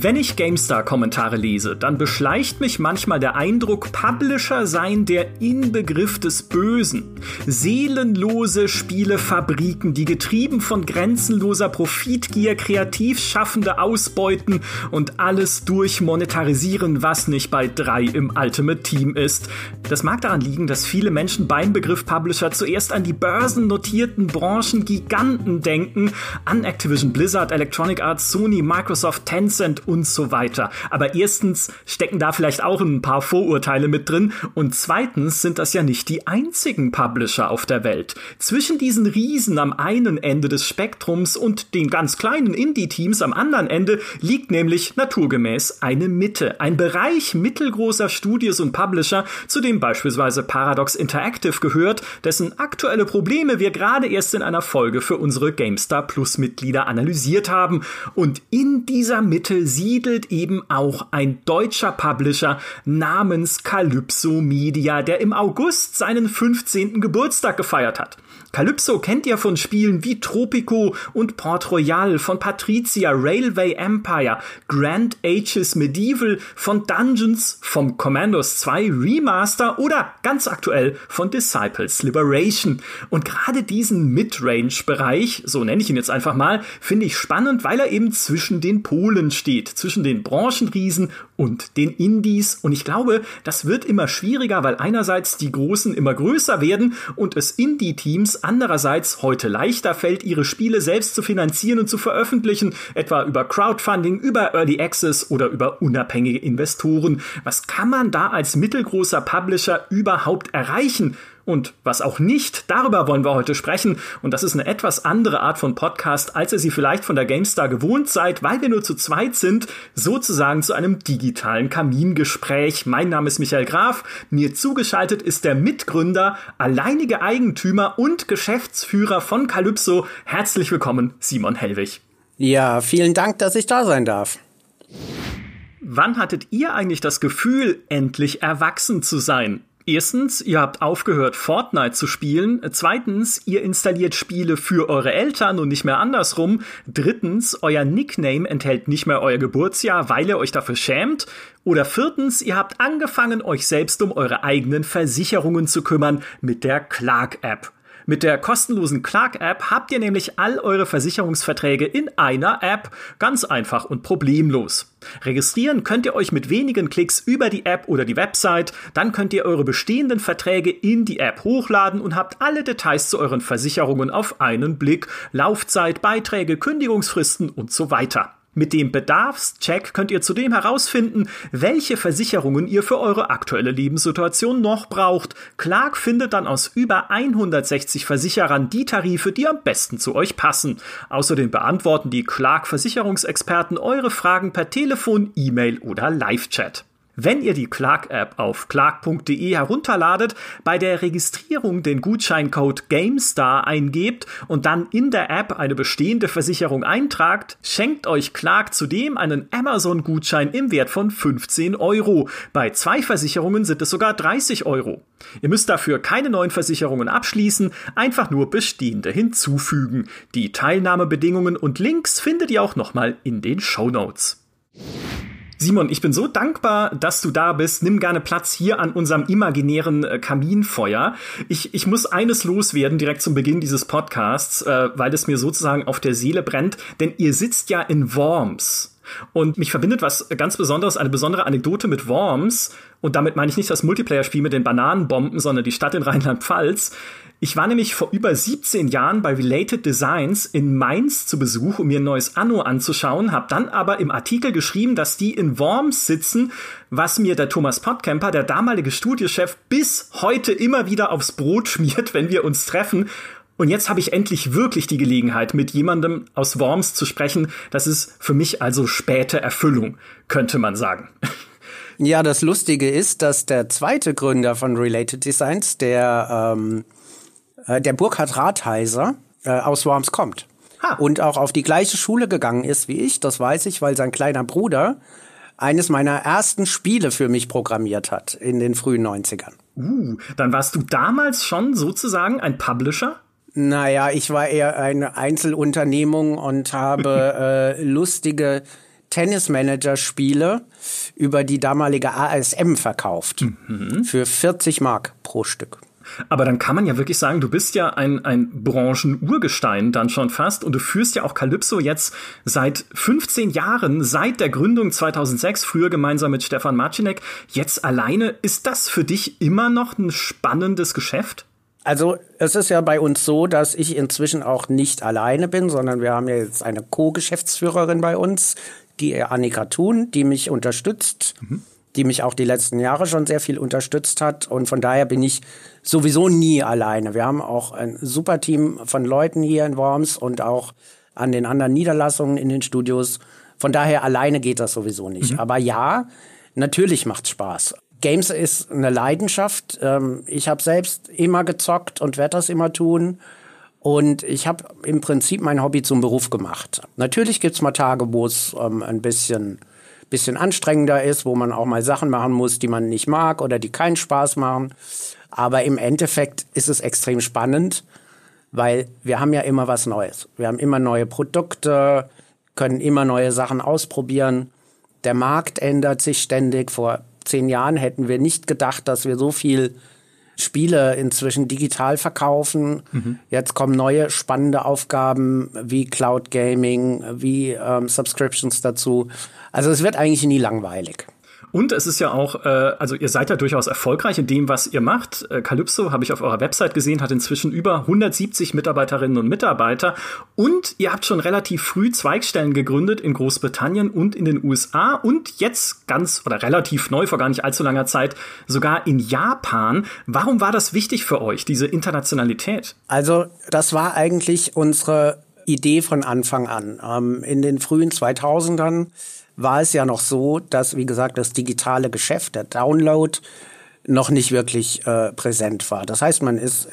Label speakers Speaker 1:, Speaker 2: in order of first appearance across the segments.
Speaker 1: Wenn ich GameStar-Kommentare lese, dann beschleicht mich manchmal der Eindruck, Publisher seien der Inbegriff des Bösen. Seelenlose Spielefabriken, die getrieben von grenzenloser Profitgier Kreativschaffende ausbeuten und alles durchmonetarisieren, was nicht bei 3 im Ultimate Team ist. Das mag daran liegen, dass viele Menschen beim Begriff Publisher zuerst an die börsennotierten Branchengiganten denken, an Activision Blizzard, Electronic Arts, Sony, Microsoft, Tencent und so weiter. Aber erstens stecken da vielleicht auch ein paar Vorurteile mit drin und zweitens sind das ja nicht die einzigen Publisher auf der Welt. Zwischen diesen Riesen am einen Ende des Spektrums und den ganz kleinen Indie-Teams am anderen Ende liegt nämlich naturgemäß eine Mitte, ein Bereich mittelgroßer Studios und Publisher, zu dem beispielsweise Paradox Interactive gehört, dessen aktuelle Probleme wir gerade erst in einer Folge für unsere GameStar Plus Mitglieder analysiert haben. Und in dieser Mitte siedelt eben auch ein deutscher Publisher namens Kalypso Media, der im August seinen 15. Geburtstag gefeiert hat. Kalypso kennt ihr von Spielen wie Tropico und Port Royal, von Patricia, Railway Empire, Grand Ages Medieval, von Dungeons, vom Commandos 2 Remaster oder ganz aktuell von Disciples Liberation. Und gerade diesen Midrange-Bereich, so nenne ich ihn jetzt einfach mal, finde ich spannend, weil er eben zwischen den Polen steht, zwischen den Branchenriesen und den Indies. Und ich glaube, das wird immer schwieriger, weil einerseits die Großen immer größer werden und es Indie-Teams andererseits heute leichter fällt, ihre Spiele selbst zu finanzieren und zu veröffentlichen, etwa über Crowdfunding, über Early Access oder über unabhängige Investoren. Was kann man da als mittelgroßer Publisher überhaupt erreichen? Und was auch nicht, darüber wollen wir heute sprechen. Und das ist eine etwas andere Art von Podcast, als ihr sie vielleicht von der GameStar gewohnt seid, weil wir nur zu zweit sind, sozusagen zu einem digitalen Kamingespräch. Mein Name ist Michael Graf, mir zugeschaltet ist der Mitgründer, alleinige Eigentümer und Geschäftsführer von Kalypso. Herzlich willkommen, Simon Hellwig.
Speaker 2: Ja, vielen Dank, dass ich da sein darf.
Speaker 1: Wann hattet ihr eigentlich das Gefühl, endlich erwachsen zu sein? Erstens, ihr habt aufgehört, Fortnite zu spielen. Zweitens, ihr installiert Spiele für eure Eltern und nicht mehr andersrum. Drittens, euer Nickname enthält nicht mehr euer Geburtsjahr, weil ihr euch dafür schämt. Oder viertens, ihr habt angefangen, euch selbst um eure eigenen Versicherungen zu kümmern mit der Clark-App. Mit der kostenlosen Clark-App habt ihr nämlich all eure Versicherungsverträge in einer App. Ganz einfach und problemlos. Registrieren könnt ihr euch mit wenigen Klicks über die App oder die Website. Dann könnt ihr eure bestehenden Verträge in die App hochladen und habt alle Details zu euren Versicherungen auf einen Blick. Laufzeit, Beiträge, Kündigungsfristen und so weiter. Mit dem Bedarfscheck könnt ihr zudem herausfinden, welche Versicherungen ihr für eure aktuelle Lebenssituation noch braucht. Clark findet dann aus über 160 Versicherern die Tarife, die am besten zu euch passen. Außerdem beantworten die Clark-Versicherungsexperten eure Fragen per Telefon, E-Mail oder Live-Chat. Wenn ihr die Clark-App auf clark.de herunterladet, bei der Registrierung den Gutscheincode GameStar eingebt und dann in der App eine bestehende Versicherung eintragt, schenkt euch Clark zudem einen Amazon-Gutschein im Wert von 15 €. Bei 2 Versicherungen sind es sogar 30 €. Ihr müsst dafür keine neuen Versicherungen abschließen, einfach nur bestehende hinzufügen. Die Teilnahmebedingungen und Links findet ihr auch nochmal in den Shownotes. Simon, ich bin so dankbar, dass du da bist. Nimm gerne Platz hier an unserem imaginären Kaminfeuer. Ich muss eines loswerden direkt zum Beginn dieses Podcasts, weil es mir sozusagen auf der Seele brennt. Denn ihr sitzt ja in Worms. Und mich verbindet was ganz Besonderes, eine besondere Anekdote mit Worms. Und damit meine ich nicht das Multiplayer-Spiel mit den Bananenbomben, sondern die Stadt in Rheinland-Pfalz. Ich war nämlich vor über 17 Jahren bei Related Designs in Mainz zu Besuch, um mir ein neues Anno anzuschauen, habe dann aber im Artikel geschrieben, dass die in Worms sitzen, was mir der Thomas Pottkemper, der damalige Studiochef, bis heute immer wieder aufs Brot schmiert, wenn wir uns treffen. Und jetzt habe ich endlich wirklich die Gelegenheit, mit jemandem aus Worms zu sprechen. Das ist für mich also späte Erfüllung, könnte man sagen.
Speaker 2: Ja, das Lustige ist, dass der zweite Gründer von Related Designs, der Burkhard Rathheiser, aus Worms kommt. Und auch auf die gleiche Schule gegangen ist wie ich. Das weiß ich, weil sein kleiner Bruder eines meiner ersten Spiele für mich programmiert hat in den frühen 90ern.
Speaker 1: Dann warst du damals schon sozusagen ein Publisher?
Speaker 2: Naja, ich war eher eine Einzelunternehmung und habe lustige Tennismanager-Spiele über die damalige ASM verkauft. Für 40 Mark pro Stück.
Speaker 1: Aber dann kann man ja wirklich sagen, du bist ja ein Branchenurgestein dann schon fast und du führst ja auch Kalypso jetzt seit 15 Jahren, seit der Gründung 2006, früher gemeinsam mit Stefan Marcinek, jetzt alleine. Ist das für dich immer noch ein spannendes Geschäft?
Speaker 2: Also es ist ja bei uns so, dass ich inzwischen auch nicht alleine bin, sondern wir haben ja jetzt eine Co-Geschäftsführerin bei uns, die Annika Thun, die mich unterstützt, die mich auch die letzten Jahre schon sehr viel unterstützt hat. Und von daher bin ich sowieso nie alleine. Wir haben auch ein super Team von Leuten hier in Worms und auch an den anderen Niederlassungen in den Studios. Von daher alleine geht das sowieso nicht. Aber ja, natürlich macht's Spaß. Games ist eine Leidenschaft. Ich habe selbst immer gezockt und werde das immer tun. Und ich habe im Prinzip mein Hobby zum Beruf gemacht. Natürlich gibt's mal Tage, wo es ein bisschen anstrengender ist, wo man auch mal Sachen machen muss, die man nicht mag oder die keinen Spaß machen. Aber im Endeffekt ist es extrem spannend, weil wir haben ja immer was Neues. Wir haben immer neue Produkte, können immer neue Sachen ausprobieren. Der Markt ändert sich ständig. Vor 10 Jahren hätten wir nicht gedacht, dass wir so viel Spiele inzwischen digital verkaufen. Jetzt kommen neue spannende Aufgaben wie Cloud Gaming, wie Subscriptions dazu. Also es wird eigentlich nie langweilig.
Speaker 1: Und es ist ja auch, also ihr seid ja durchaus erfolgreich in dem, was ihr macht. Kalypso, habe ich auf eurer Website gesehen, hat inzwischen über 170 Mitarbeiterinnen und Mitarbeiter. Und ihr habt schon relativ früh Zweigstellen gegründet in Großbritannien und in den USA. Und jetzt relativ neu, vor gar nicht allzu langer Zeit, sogar in Japan. Warum war das wichtig für euch, diese Internationalität?
Speaker 2: Also das war eigentlich unsere Idee von Anfang an. In den frühen 2000ern war es ja noch so, dass, wie gesagt, das digitale Geschäft, der Download, noch nicht wirklich präsent war. Das heißt, man ist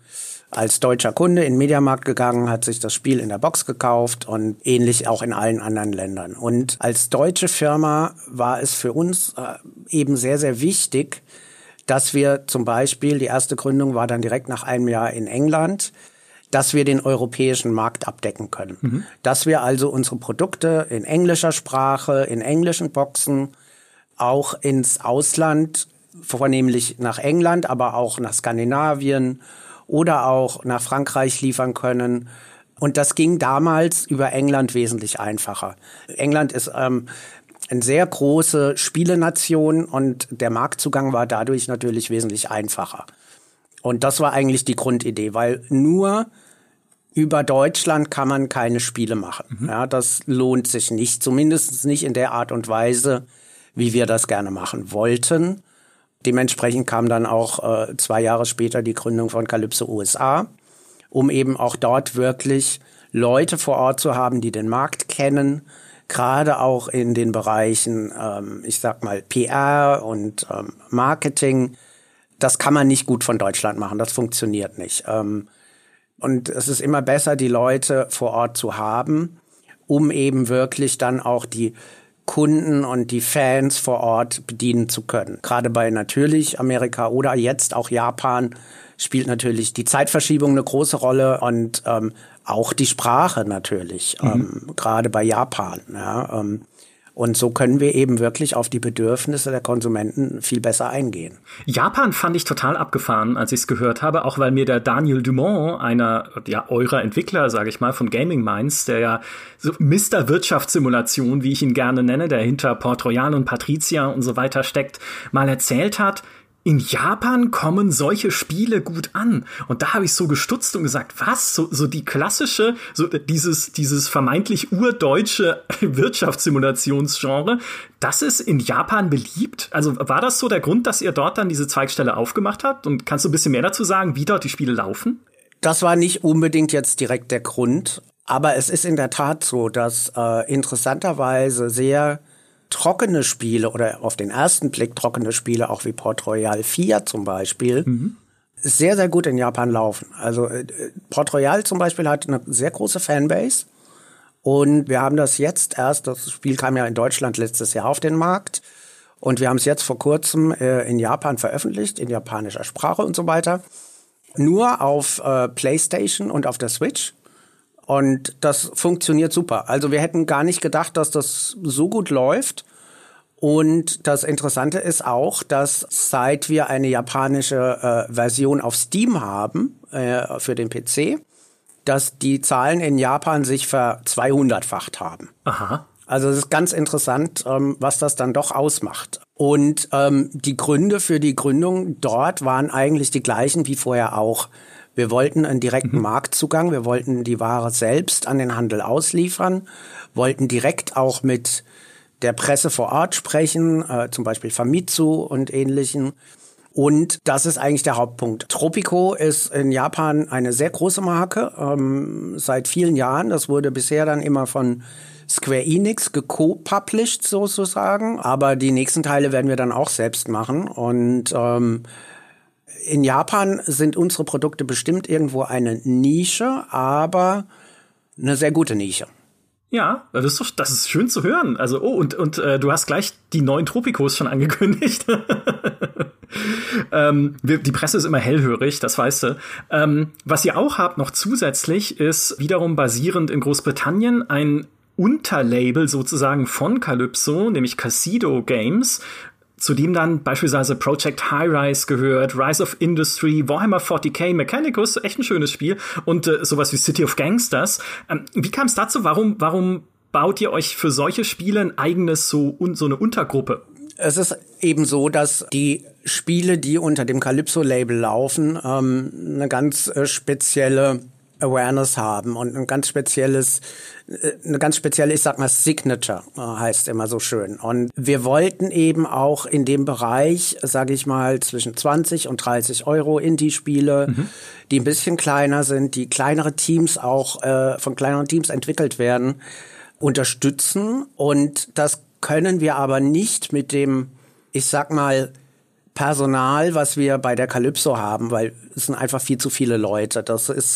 Speaker 2: als deutscher Kunde in den Mediamarkt gegangen, hat sich das Spiel in der Box gekauft und ähnlich auch in allen anderen Ländern. Und als deutsche Firma war es für uns eben sehr, sehr wichtig, dass wir zum Beispiel, die erste Gründung war dann direkt nach einem Jahr in England, dass wir den europäischen Markt abdecken können. Dass wir also unsere Produkte in englischer Sprache, in englischen Boxen auch ins Ausland, vornehmlich nach England, aber auch nach Skandinavien oder auch nach Frankreich liefern können. Und das ging damals über England wesentlich einfacher. England ist eine sehr große Spielenation und der Marktzugang war dadurch natürlich wesentlich einfacher. Und das war eigentlich die Grundidee, weil nur über Deutschland kann man keine Spiele machen. Ja, das lohnt sich nicht, zumindest nicht in der Art und Weise, wie wir das gerne machen wollten. Dementsprechend kam dann auch 2 Jahre später die Gründung von Kalypso USA, um eben auch dort wirklich Leute vor Ort zu haben, die den Markt kennen, gerade auch in den Bereichen, ich sag mal, PR und Marketing. Das kann man nicht gut von Deutschland machen, das funktioniert nicht. Und es ist immer besser, die Leute vor Ort zu haben, um eben wirklich dann auch die Kunden und die Fans vor Ort bedienen zu können. Gerade bei natürlich Amerika oder jetzt auch Japan spielt natürlich die Zeitverschiebung eine große Rolle und auch die Sprache natürlich, gerade bei Japan. Ja, und so können wir eben wirklich auf die Bedürfnisse der Konsumenten viel besser eingehen.
Speaker 1: Japan fand ich total abgefahren, als ich es gehört habe, auch weil mir der Daniel Dumont, einer eurer Entwickler, sage ich mal, von Gaming Minds, der ja so Mr. Wirtschaftssimulation, wie ich ihn gerne nenne, der hinter Port Royal und Patricia und so weiter steckt, mal erzählt hat, in Japan kommen solche Spiele gut an. Und da habe ich so gestutzt und gesagt, was? So die klassische, so dieses vermeintlich urdeutsche Wirtschaftssimulationsgenre, das ist in Japan beliebt? Also war das so der Grund, dass ihr dort dann diese Zweigstelle aufgemacht habt? Und kannst du ein bisschen mehr dazu sagen, wie dort die Spiele laufen?
Speaker 2: Das war nicht unbedingt jetzt direkt der Grund. Aber es ist in der Tat so, dass interessanterweise sehr trockene Spiele oder auf den ersten Blick trockene Spiele, auch wie Port Royal 4 zum Beispiel, sehr, sehr gut in Japan laufen. Also Port Royal zum Beispiel hat eine sehr große Fanbase und wir haben das jetzt erst, das Spiel kam ja in Deutschland letztes Jahr auf den Markt und wir haben es jetzt vor kurzem in Japan veröffentlicht, in japanischer Sprache und so weiter. Nur auf PlayStation und auf der Switch. Und das funktioniert super. Also wir hätten gar nicht gedacht, dass das so gut läuft. Und das Interessante ist auch, dass seit wir eine japanische Version auf Steam haben für den PC, dass die Zahlen in Japan sich ver-200-facht haben.
Speaker 1: Aha.
Speaker 2: Also es ist ganz interessant, was das dann doch ausmacht. Und die Gründe für die Gründung dort waren eigentlich die gleichen wie vorher auch. Wir wollten einen direkten Marktzugang, wir wollten die Ware selbst an den Handel ausliefern, wollten direkt auch mit der Presse vor Ort sprechen, zum Beispiel Famitsu und Ähnlichen. Und das ist eigentlich der Hauptpunkt. Tropico ist in Japan eine sehr große Marke, seit vielen Jahren. Das wurde bisher dann immer von Square Enix geco-published sozusagen. Aber die nächsten Teile werden wir dann auch selbst machen. Und in Japan sind unsere Produkte bestimmt irgendwo eine Nische, aber eine sehr gute Nische.
Speaker 1: Ja, das ist schön zu hören. Also, und du hast gleich die neuen Tropicos schon angekündigt. Die Presse ist immer hellhörig, das weißt du. Was ihr auch habt noch zusätzlich ist wiederum basierend in Großbritannien ein Unterlabel sozusagen von Calypso, nämlich Kassido Games, zu dem dann beispielsweise Project High-Rise gehört, Rise of Industry, Warhammer 40k, Mechanicus, echt ein schönes Spiel, und sowas wie City of Gangsters. Wie kam es dazu? Warum baut ihr euch für solche Spiele ein eigenes so eine Untergruppe?
Speaker 2: Es ist eben so, dass die Spiele, die unter dem Calypso-Label laufen, eine ganz spezielle Awareness haben und eine ganz spezielle, ich sag mal, Signature heißt immer so schön. Und wir wollten eben auch in dem Bereich, sage ich mal, zwischen 20 und 30 Euro Indie-Spiele, die ein bisschen kleiner sind, die kleinere Teams auch von kleineren Teams entwickelt werden, unterstützen. Und das können wir aber nicht mit dem, ich sag mal, Personal, was wir bei der Calypso haben, weil es sind einfach viel zu viele Leute.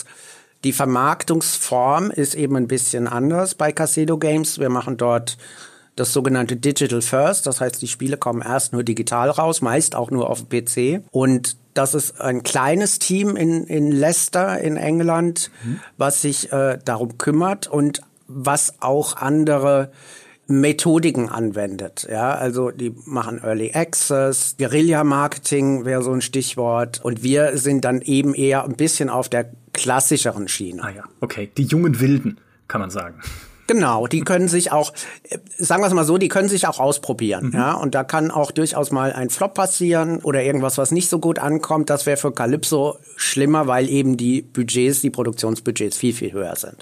Speaker 2: Die Vermarktungsform ist eben ein bisschen anders bei Kassido Games. Wir machen dort das sogenannte Digital First. Das heißt, die Spiele kommen erst nur digital raus, meist auch nur auf dem PC. Und das ist ein kleines Team in Leicester in England, was sich darum kümmert und was auch andere Methodiken anwendet. Ja, also die machen Early Access, Guerilla-Marketing wäre so ein Stichwort. Und wir sind dann eben eher ein bisschen auf der klassischeren Schiene.
Speaker 1: Ah ja, okay. Die jungen Wilden, kann man sagen.
Speaker 2: Genau, die können sich auch, sagen wir es mal so, die können sich auch ausprobieren. Ja, und da kann auch durchaus mal ein Flop passieren oder irgendwas, was nicht so gut ankommt. Das wäre für Calypso schlimmer, weil eben die Produktionsbudgets viel, viel höher sind.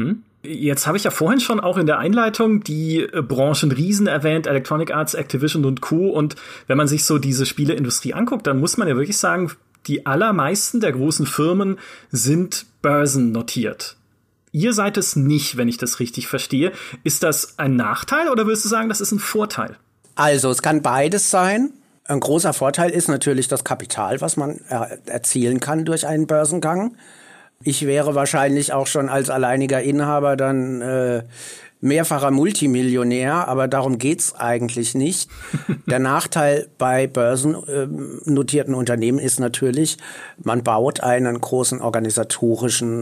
Speaker 1: Jetzt habe ich ja vorhin schon auch in der Einleitung die Branchenriesen erwähnt, Electronic Arts, Activision und Co. Und wenn man sich so diese Spieleindustrie anguckt, dann muss man ja wirklich sagen, die allermeisten der großen Firmen sind börsennotiert. Ihr seid es nicht, wenn ich das richtig verstehe. Ist das ein Nachteil oder würdest du sagen, das ist ein Vorteil?
Speaker 2: Also, es kann beides sein. Ein großer Vorteil ist natürlich das Kapital, was man erzielen kann durch einen Börsengang. Ich wäre wahrscheinlich auch schon als alleiniger Inhaber dann mehrfacher Multimillionär, aber darum geht's eigentlich nicht. Der Nachteil bei börsennotierten Unternehmen ist natürlich, man baut einen großen organisatorischen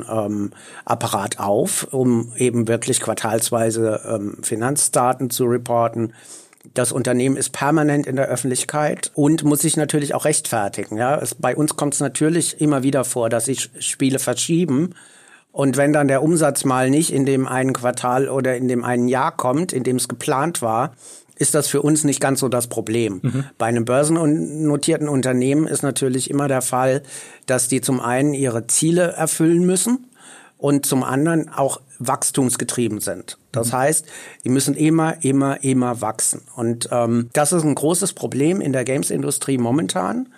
Speaker 2: Apparat auf, um eben wirklich quartalsweise Finanzdaten zu reporten. Das Unternehmen ist permanent in der Öffentlichkeit und muss sich natürlich auch rechtfertigen. Ja, bei uns kommt es natürlich immer wieder vor, dass sich Spiele verschieben. Und wenn dann der Umsatz mal nicht in dem einen Quartal oder in dem einen Jahr kommt, in dem es geplant war, ist das für uns nicht ganz so das Problem. Bei einem börsennotierten Unternehmen ist natürlich immer der Fall, dass die zum einen ihre Ziele erfüllen müssen und zum anderen auch wachstumsgetrieben sind. Das heißt, die müssen immer wachsen. Und das ist ein großes Problem in der Games-Industrie momentan,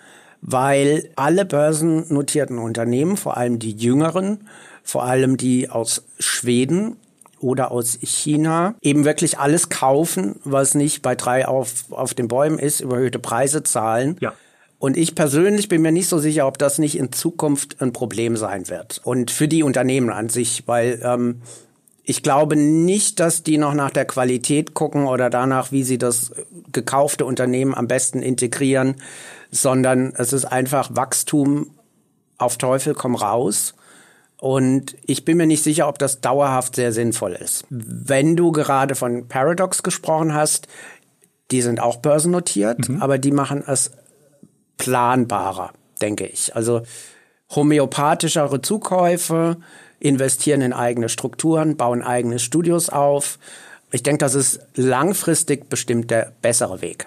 Speaker 2: weil alle börsennotierten Unternehmen, vor allem die jüngeren, vor allem die aus Schweden oder aus China, eben wirklich alles kaufen, was nicht bei 3 auf den Bäumen ist, überhöhte Preise zahlen.
Speaker 1: Ja.
Speaker 2: Und ich persönlich bin mir nicht so sicher, ob das nicht in Zukunft ein Problem sein wird. Und für die Unternehmen an sich, weil ich glaube nicht, dass die noch nach der Qualität gucken oder danach, wie sie das gekaufte Unternehmen am besten integrieren, sondern es ist einfach Wachstum auf Teufel komm raus. Und ich bin mir nicht sicher, ob das dauerhaft sehr sinnvoll ist. Wenn du gerade von Paradox gesprochen hast, die sind auch börsennotiert, aber die machen es planbarer, denke ich. Also homöopathischere Zukäufe, investieren in eigene Strukturen, bauen eigene Studios auf. Ich denke, das ist langfristig bestimmt der bessere Weg.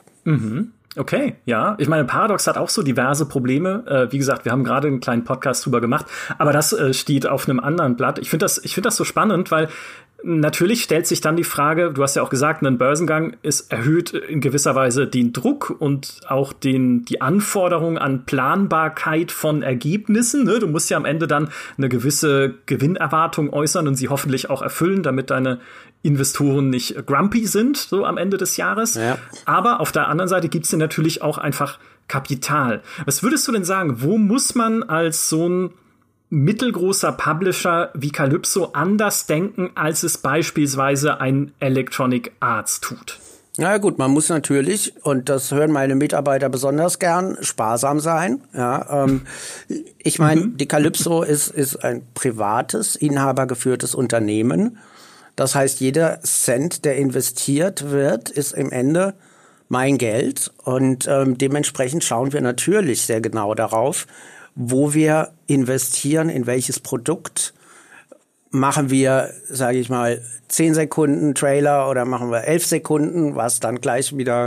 Speaker 1: Okay, ja. Ich meine, Paradox hat auch so diverse Probleme. Wie gesagt, wir haben gerade einen kleinen Podcast drüber gemacht, aber das steht auf einem anderen Blatt. Ich finde das so spannend, weil natürlich stellt sich dann die Frage, du hast ja auch gesagt, ein Börsengang erhöht in gewisser Weise den Druck und auch die Anforderung an Planbarkeit von Ergebnissen. Ne? Du musst ja am Ende dann eine gewisse Gewinnerwartung äußern und sie hoffentlich auch erfüllen, damit deine Investoren nicht grumpy sind, so am Ende des Jahres. Ja. Aber auf der anderen Seite gibt's ja natürlich auch einfach Kapital. Was würdest du denn sagen, wo muss man als so ein mittelgroßer Publisher wie Kalypso anders denken, als es beispielsweise ein Electronic Arts tut?
Speaker 2: Na gut, man muss natürlich, und das hören meine Mitarbeiter besonders gern, sparsam sein. Ja, ich meine, die Kalypso ist ein privates, inhabergeführtes Unternehmen. Das heißt, jeder Cent, der investiert wird, ist im Ende mein Geld. Und dementsprechend schauen wir natürlich sehr genau darauf, wo wir investieren, in welches Produkt. Machen wir, sage ich mal, 10 Sekunden Trailer oder machen wir 11 Sekunden, was dann gleich wieder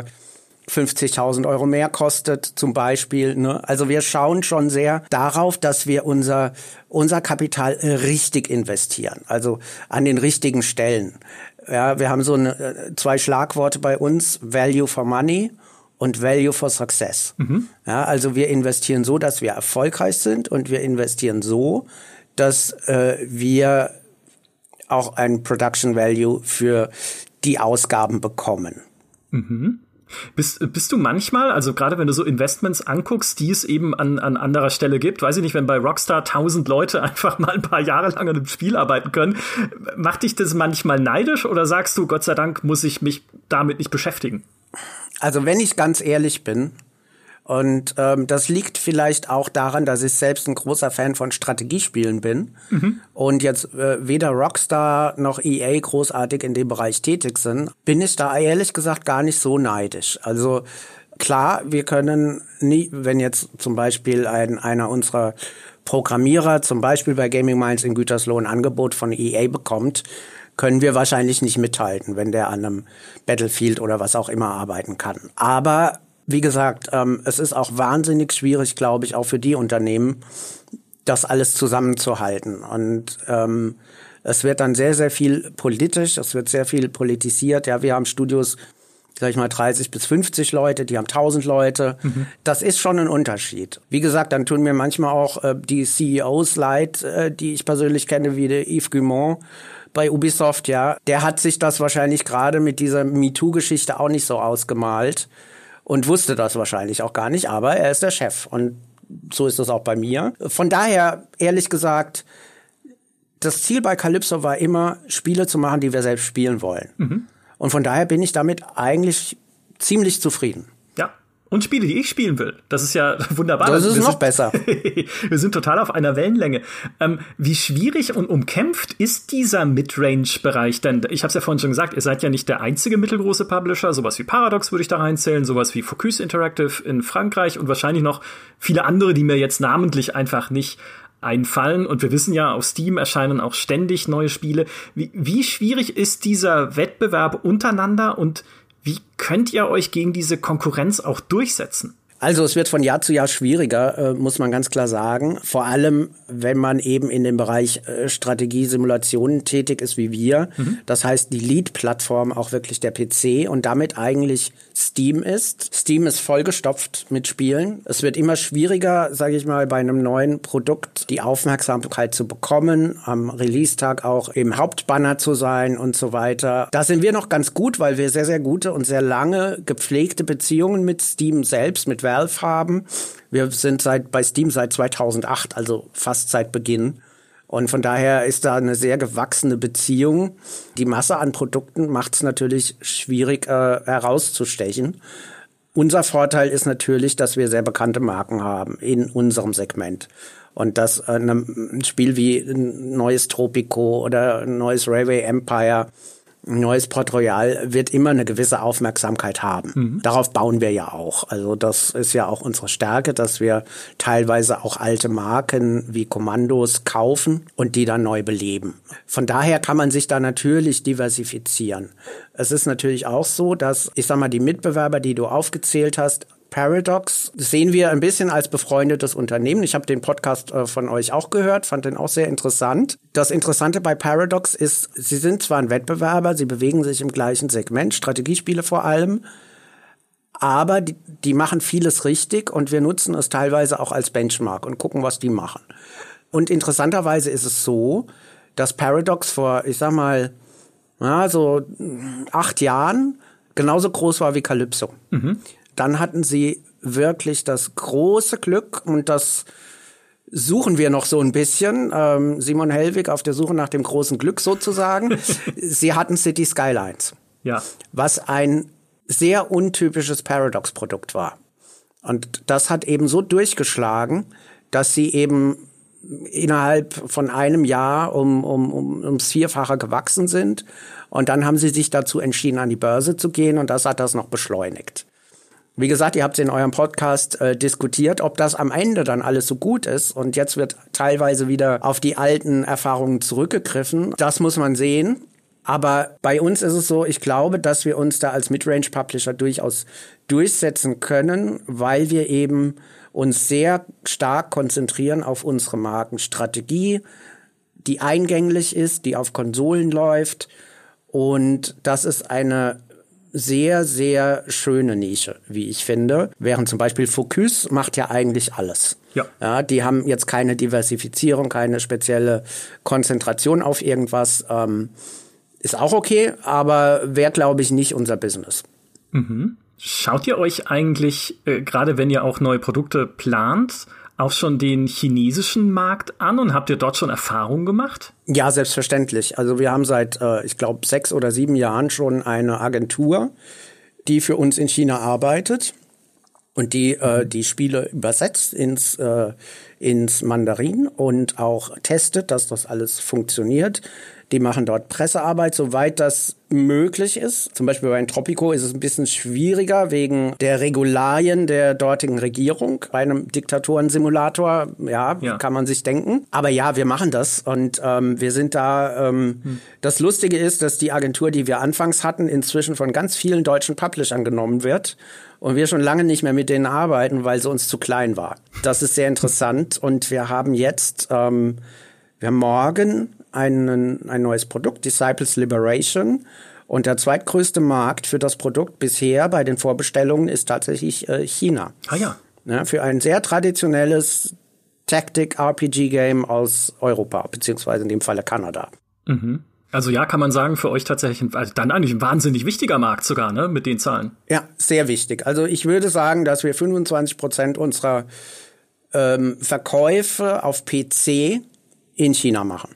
Speaker 2: 50.000 Euro mehr kostet zum Beispiel. Ne? Also wir schauen schon sehr darauf, dass wir unser Kapital richtig investieren, also an den richtigen Stellen. Ja, wir haben so 2 Schlagworte bei uns, Value for Money und Value for Success. Ja, also wir investieren so, dass wir erfolgreich sind und wir investieren so, dass wir auch ein Production Value für die Ausgaben bekommen.
Speaker 1: Bist du manchmal, also gerade wenn du so Investments anguckst, die es eben an anderer Stelle gibt, weiß ich nicht, wenn bei Rockstar 1000 Leute einfach mal ein paar Jahre lang an einem Spiel arbeiten können, macht dich das manchmal neidisch oder sagst du, Gott sei Dank muss ich mich damit nicht beschäftigen?
Speaker 2: Also wenn ich ganz ehrlich bin, und das liegt vielleicht auch daran, dass ich selbst ein großer Fan von Strategiespielen bin und jetzt weder Rockstar noch EA großartig in dem Bereich tätig sind, bin ich da ehrlich gesagt gar nicht so neidisch. Also klar, wir können nie, wenn jetzt zum Beispiel einer unserer Programmierer zum Beispiel bei Gaming Minds in Gütersloh ein Angebot von EA bekommt, können wir wahrscheinlich nicht mithalten, wenn der an einem Battlefield oder was auch immer arbeiten kann. Aber wie gesagt, es ist auch wahnsinnig schwierig, glaube ich, auch für die Unternehmen, das alles zusammenzuhalten. Und es wird dann sehr, sehr viel politisch, es wird sehr viel politisiert. Ja, wir haben Studios, sag ich mal, 30 bis 50 Leute, die haben 1000 Leute. Das ist schon ein Unterschied. Wie gesagt, dann tun mir manchmal auch die CEOs leid, die ich persönlich kenne, wie der Yves Guillemot bei Ubisoft. Ja, der hat sich das wahrscheinlich gerade mit dieser MeToo-Geschichte auch nicht so ausgemalt. Und wusste das wahrscheinlich auch gar nicht, aber er ist der Chef. Und so ist das auch bei mir. Von daher, ehrlich gesagt, das Ziel bei Kalypso war immer, Spiele zu machen, die wir selbst spielen wollen. Und von daher bin ich damit eigentlich ziemlich zufrieden.
Speaker 1: Ja, und Spiele, die ich spielen will. Das ist ja wunderbar.
Speaker 2: Das ist noch besser.
Speaker 1: Wir sind total auf einer Wellenlänge. Wie schwierig und umkämpft ist dieser Midrange-Bereich denn? Ich habe es ja vorhin schon gesagt, ihr seid ja nicht der einzige mittelgroße Publisher. Sowas wie Paradox würde ich da reinzählen, sowas wie Focus Interactive in Frankreich und wahrscheinlich noch viele andere, die mir jetzt namentlich einfach nicht einfallen. Und wir wissen ja, auf Steam erscheinen auch ständig neue Spiele. Wie schwierig ist dieser Wettbewerb untereinander und wie könnt ihr euch gegen diese Konkurrenz auch durchsetzen?
Speaker 2: Also es wird von Jahr zu Jahr schwieriger, muss man ganz klar sagen. Vor allem, wenn man eben in dem Bereich Strategie-Simulationen tätig ist wie wir. Das heißt, die Lead-Plattform auch wirklich der PC und damit eigentlich Steam ist. Steam ist vollgestopft mit Spielen. Es wird immer schwieriger, sage ich mal, bei einem neuen Produkt die Aufmerksamkeit zu bekommen, am Release-Tag auch im Hauptbanner zu sein und so weiter. Da sind wir noch ganz gut, weil wir sehr, sehr gute und sehr lange gepflegte Beziehungen mit Steam selbst, mit Valve haben. Wir sind bei Steam seit 2008, also fast seit Beginn. Und von daher ist da eine sehr gewachsene Beziehung. Die Masse an Produkten macht es natürlich schwierig herauszustechen. Unser Vorteil ist natürlich, dass wir sehr bekannte Marken haben in unserem Segment. Und dass ein Spiel wie ein neues Tropico oder ein neues Railway Empire, ein neues Port Royal wird immer eine gewisse Aufmerksamkeit haben. Darauf bauen wir ja auch. Also das ist ja auch unsere Stärke, dass wir teilweise auch alte Marken wie Kommandos kaufen und die dann neu beleben. Von daher kann man sich da natürlich diversifizieren. Es ist natürlich auch so, dass, ich sag mal, die Mitbewerber, die du aufgezählt hast, Paradox sehen wir ein bisschen als befreundetes Unternehmen. Ich habe den Podcast von euch auch gehört, fand den auch sehr interessant. Das Interessante bei Paradox ist, sie sind zwar ein Wettbewerber, sie bewegen sich im gleichen Segment, Strategiespiele vor allem, aber die machen vieles richtig und wir nutzen es teilweise auch als Benchmark und gucken, was die machen. Und interessanterweise ist es so, dass Paradox vor, ich sag mal, so 8 Jahren genauso groß war wie Calypso. Dann hatten sie wirklich das große Glück, und das suchen wir noch so ein bisschen, Simon Hellwig auf der Suche nach dem großen Glück sozusagen. Sie hatten City Skylines, was ein sehr untypisches Paradox-Produkt war. Und das hat eben so durchgeschlagen, dass sie eben innerhalb von einem Jahr ums Vierfache gewachsen sind. Und dann haben sie sich dazu entschieden, an die Börse zu gehen, und das hat das noch beschleunigt. Wie gesagt, ihr habt es in eurem Podcast diskutiert, ob das am Ende dann alles so gut ist. Und jetzt wird teilweise wieder auf die alten Erfahrungen zurückgegriffen. Das muss man sehen. Aber bei uns ist es so, ich glaube, dass wir uns da als Midrange-Publisher durchaus durchsetzen können, weil wir eben uns sehr stark konzentrieren auf unsere Markenstrategie, die eingänglich ist, die auf Konsolen läuft. Und das ist eine sehr, sehr schöne Nische, wie ich finde. Während zum Beispiel Focus macht ja eigentlich alles. Ja, die haben jetzt keine Diversifizierung, keine spezielle Konzentration auf irgendwas. Ist auch okay, aber wäre, glaube ich, nicht unser Business.
Speaker 1: Schaut ihr euch eigentlich, gerade wenn ihr auch neue Produkte plant, auch schon den chinesischen Markt an, und habt ihr dort schon Erfahrungen gemacht?
Speaker 2: Ja, selbstverständlich. Also wir haben seit, ich glaube, 6 oder 7 Jahren schon eine Agentur, die für uns in China arbeitet und die die Spiele übersetzt ins Mandarin und auch testet, dass das alles funktioniert. Die machen dort Pressearbeit, soweit das möglich ist. Zum Beispiel bei Tropico ist es ein bisschen schwieriger wegen der Regularien der dortigen Regierung. Bei einem Diktatorensimulator, kann man sich denken. Aber ja, wir machen das, und wir sind da. Das Lustige ist, dass die Agentur, die wir anfangs hatten, inzwischen von ganz vielen deutschen Publishern genommen wird. Und wir schon lange nicht mehr mit denen arbeiten, weil sie uns zu klein war. Das ist sehr interessant. Und wir haben jetzt, wir haben morgen ein neues Produkt, Disciples Liberation. Und der zweitgrößte Markt für das Produkt bisher bei den Vorbestellungen ist tatsächlich China. Für ein sehr traditionelles Tactic-RPG-Game aus Europa, beziehungsweise in dem Falle Kanada.
Speaker 1: Also ja, kann man sagen, für euch tatsächlich dann eigentlich ein wahnsinnig wichtiger Markt sogar, ne, mit den Zahlen.
Speaker 2: Ja, sehr wichtig. Also ich würde sagen, dass wir 25% unserer Verkäufe auf PC in China machen.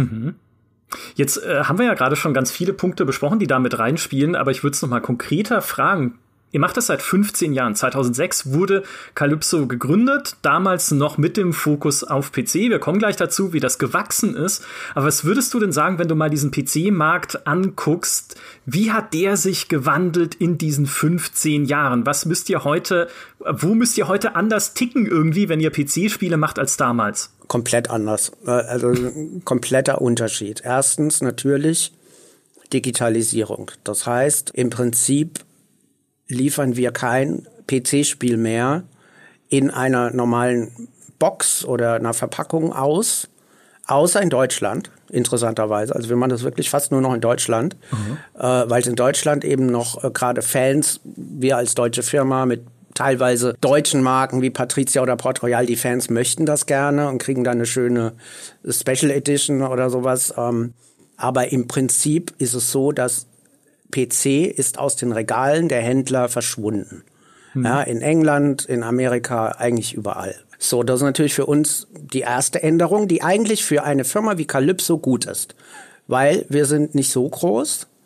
Speaker 1: Jetzt haben wir ja gerade schon ganz viele Punkte besprochen, die da mit reinspielen, aber ich würde es noch mal konkreter fragen. Ihr macht das seit 15 Jahren. 2006 wurde Calypso gegründet, damals noch mit dem Fokus auf PC. Wir kommen gleich dazu, wie das gewachsen ist. Aber was würdest du denn sagen, wenn du mal diesen PC-Markt anguckst? Wie hat der sich gewandelt in diesen 15 Jahren? Wo müsst ihr heute anders ticken irgendwie, wenn ihr PC-Spiele macht als damals?
Speaker 2: Komplett anders. Also ein kompletter Unterschied. Erstens natürlich Digitalisierung. Das heißt, im Prinzip liefern wir kein PC-Spiel mehr in einer normalen Box oder einer Verpackung aus, außer in Deutschland, interessanterweise. Also wir machen das wirklich fast nur noch in Deutschland, weil es in Deutschland eben noch gerade Fans, wir als deutsche Firma mit teilweise deutschen Marken wie Patrizia oder Port Royal, die Fans möchten das gerne und kriegen dann eine schöne Special Edition oder sowas. Aber im Prinzip ist es so, dass PC ist aus den Regalen der Händler verschwunden. Ja, in England, in Amerika, eigentlich überall. So, das ist natürlich für uns die erste Änderung, die eigentlich für eine Firma wie Calypso gut ist. Weil wir sind nicht so groß.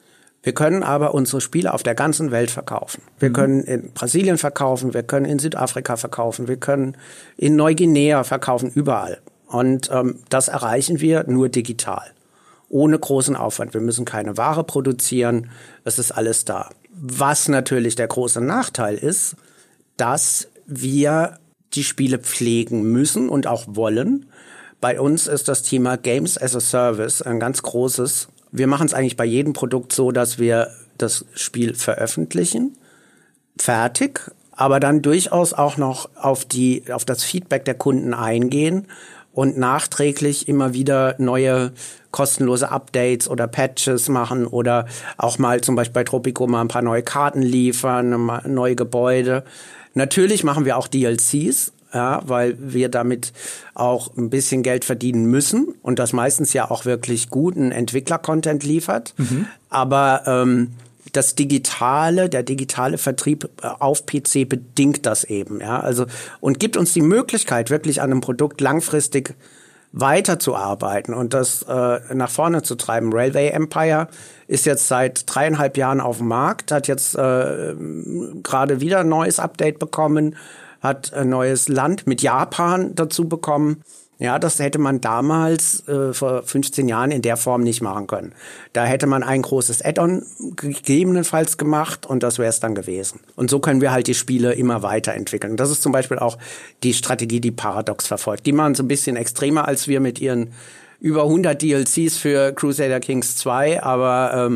Speaker 2: Wir können aber unsere Spiele auf der ganzen Welt verkaufen. Wir können in Brasilien verkaufen, wir können in Südafrika verkaufen, wir können in Neuguinea verkaufen, überall. Und das erreichen wir nur digital, ohne großen Aufwand. Wir müssen keine Ware produzieren, es ist alles da. Was natürlich der große Nachteil ist, dass wir die Spiele pflegen müssen und auch wollen. Bei uns ist das Thema Games as a Service ein ganz großes. Wir machen es eigentlich bei jedem Produkt so, dass wir das Spiel veröffentlichen, fertig, aber dann durchaus auch noch auf das Feedback der Kunden eingehen und nachträglich immer wieder neue kostenlose Updates oder Patches machen oder auch mal zum Beispiel bei Tropico mal ein paar neue Karten liefern, neue Gebäude. Natürlich machen wir auch DLCs, ja, weil wir damit auch ein bisschen Geld verdienen müssen und das meistens ja auch wirklich guten Entwickler-Content liefert. Aber der digitale Vertrieb auf PC bedingt das eben, ja, also und gibt uns die Möglichkeit, wirklich an einem Produkt langfristig weiterzuarbeiten und das nach vorne zu treiben. Railway Empire ist jetzt seit 3,5 Jahren auf dem Markt, hat jetzt gerade wieder ein neues Update bekommen, hat ein neues Land mit Japan dazu bekommen. Ja, das hätte man damals vor 15 Jahren in der Form nicht machen können. Da hätte man ein großes Add-on gegebenenfalls gemacht und das wäre es dann gewesen. Und so können wir halt die Spiele immer weiterentwickeln. Das ist zum Beispiel auch die Strategie, die Paradox verfolgt. Die machen es ein bisschen extremer als wir mit ihren über 100 DLCs für Crusader Kings 2, aber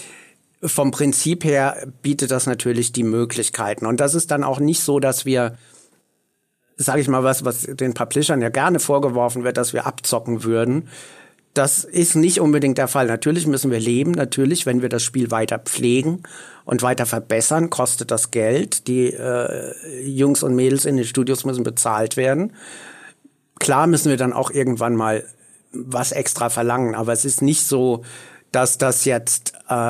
Speaker 2: vom Prinzip her bietet das natürlich die Möglichkeiten. Und das ist dann auch nicht so, dass wir, sage ich mal, was den Publishern ja gerne vorgeworfen wird, dass wir abzocken würden. Das ist nicht unbedingt der Fall. Natürlich müssen wir leben. Natürlich, wenn wir das Spiel weiter pflegen und weiter verbessern, kostet das Geld. Die Jungs und Mädels in den Studios müssen bezahlt werden. Klar müssen wir dann auch irgendwann mal was extra verlangen. Aber es ist nicht so, dass das jetzt,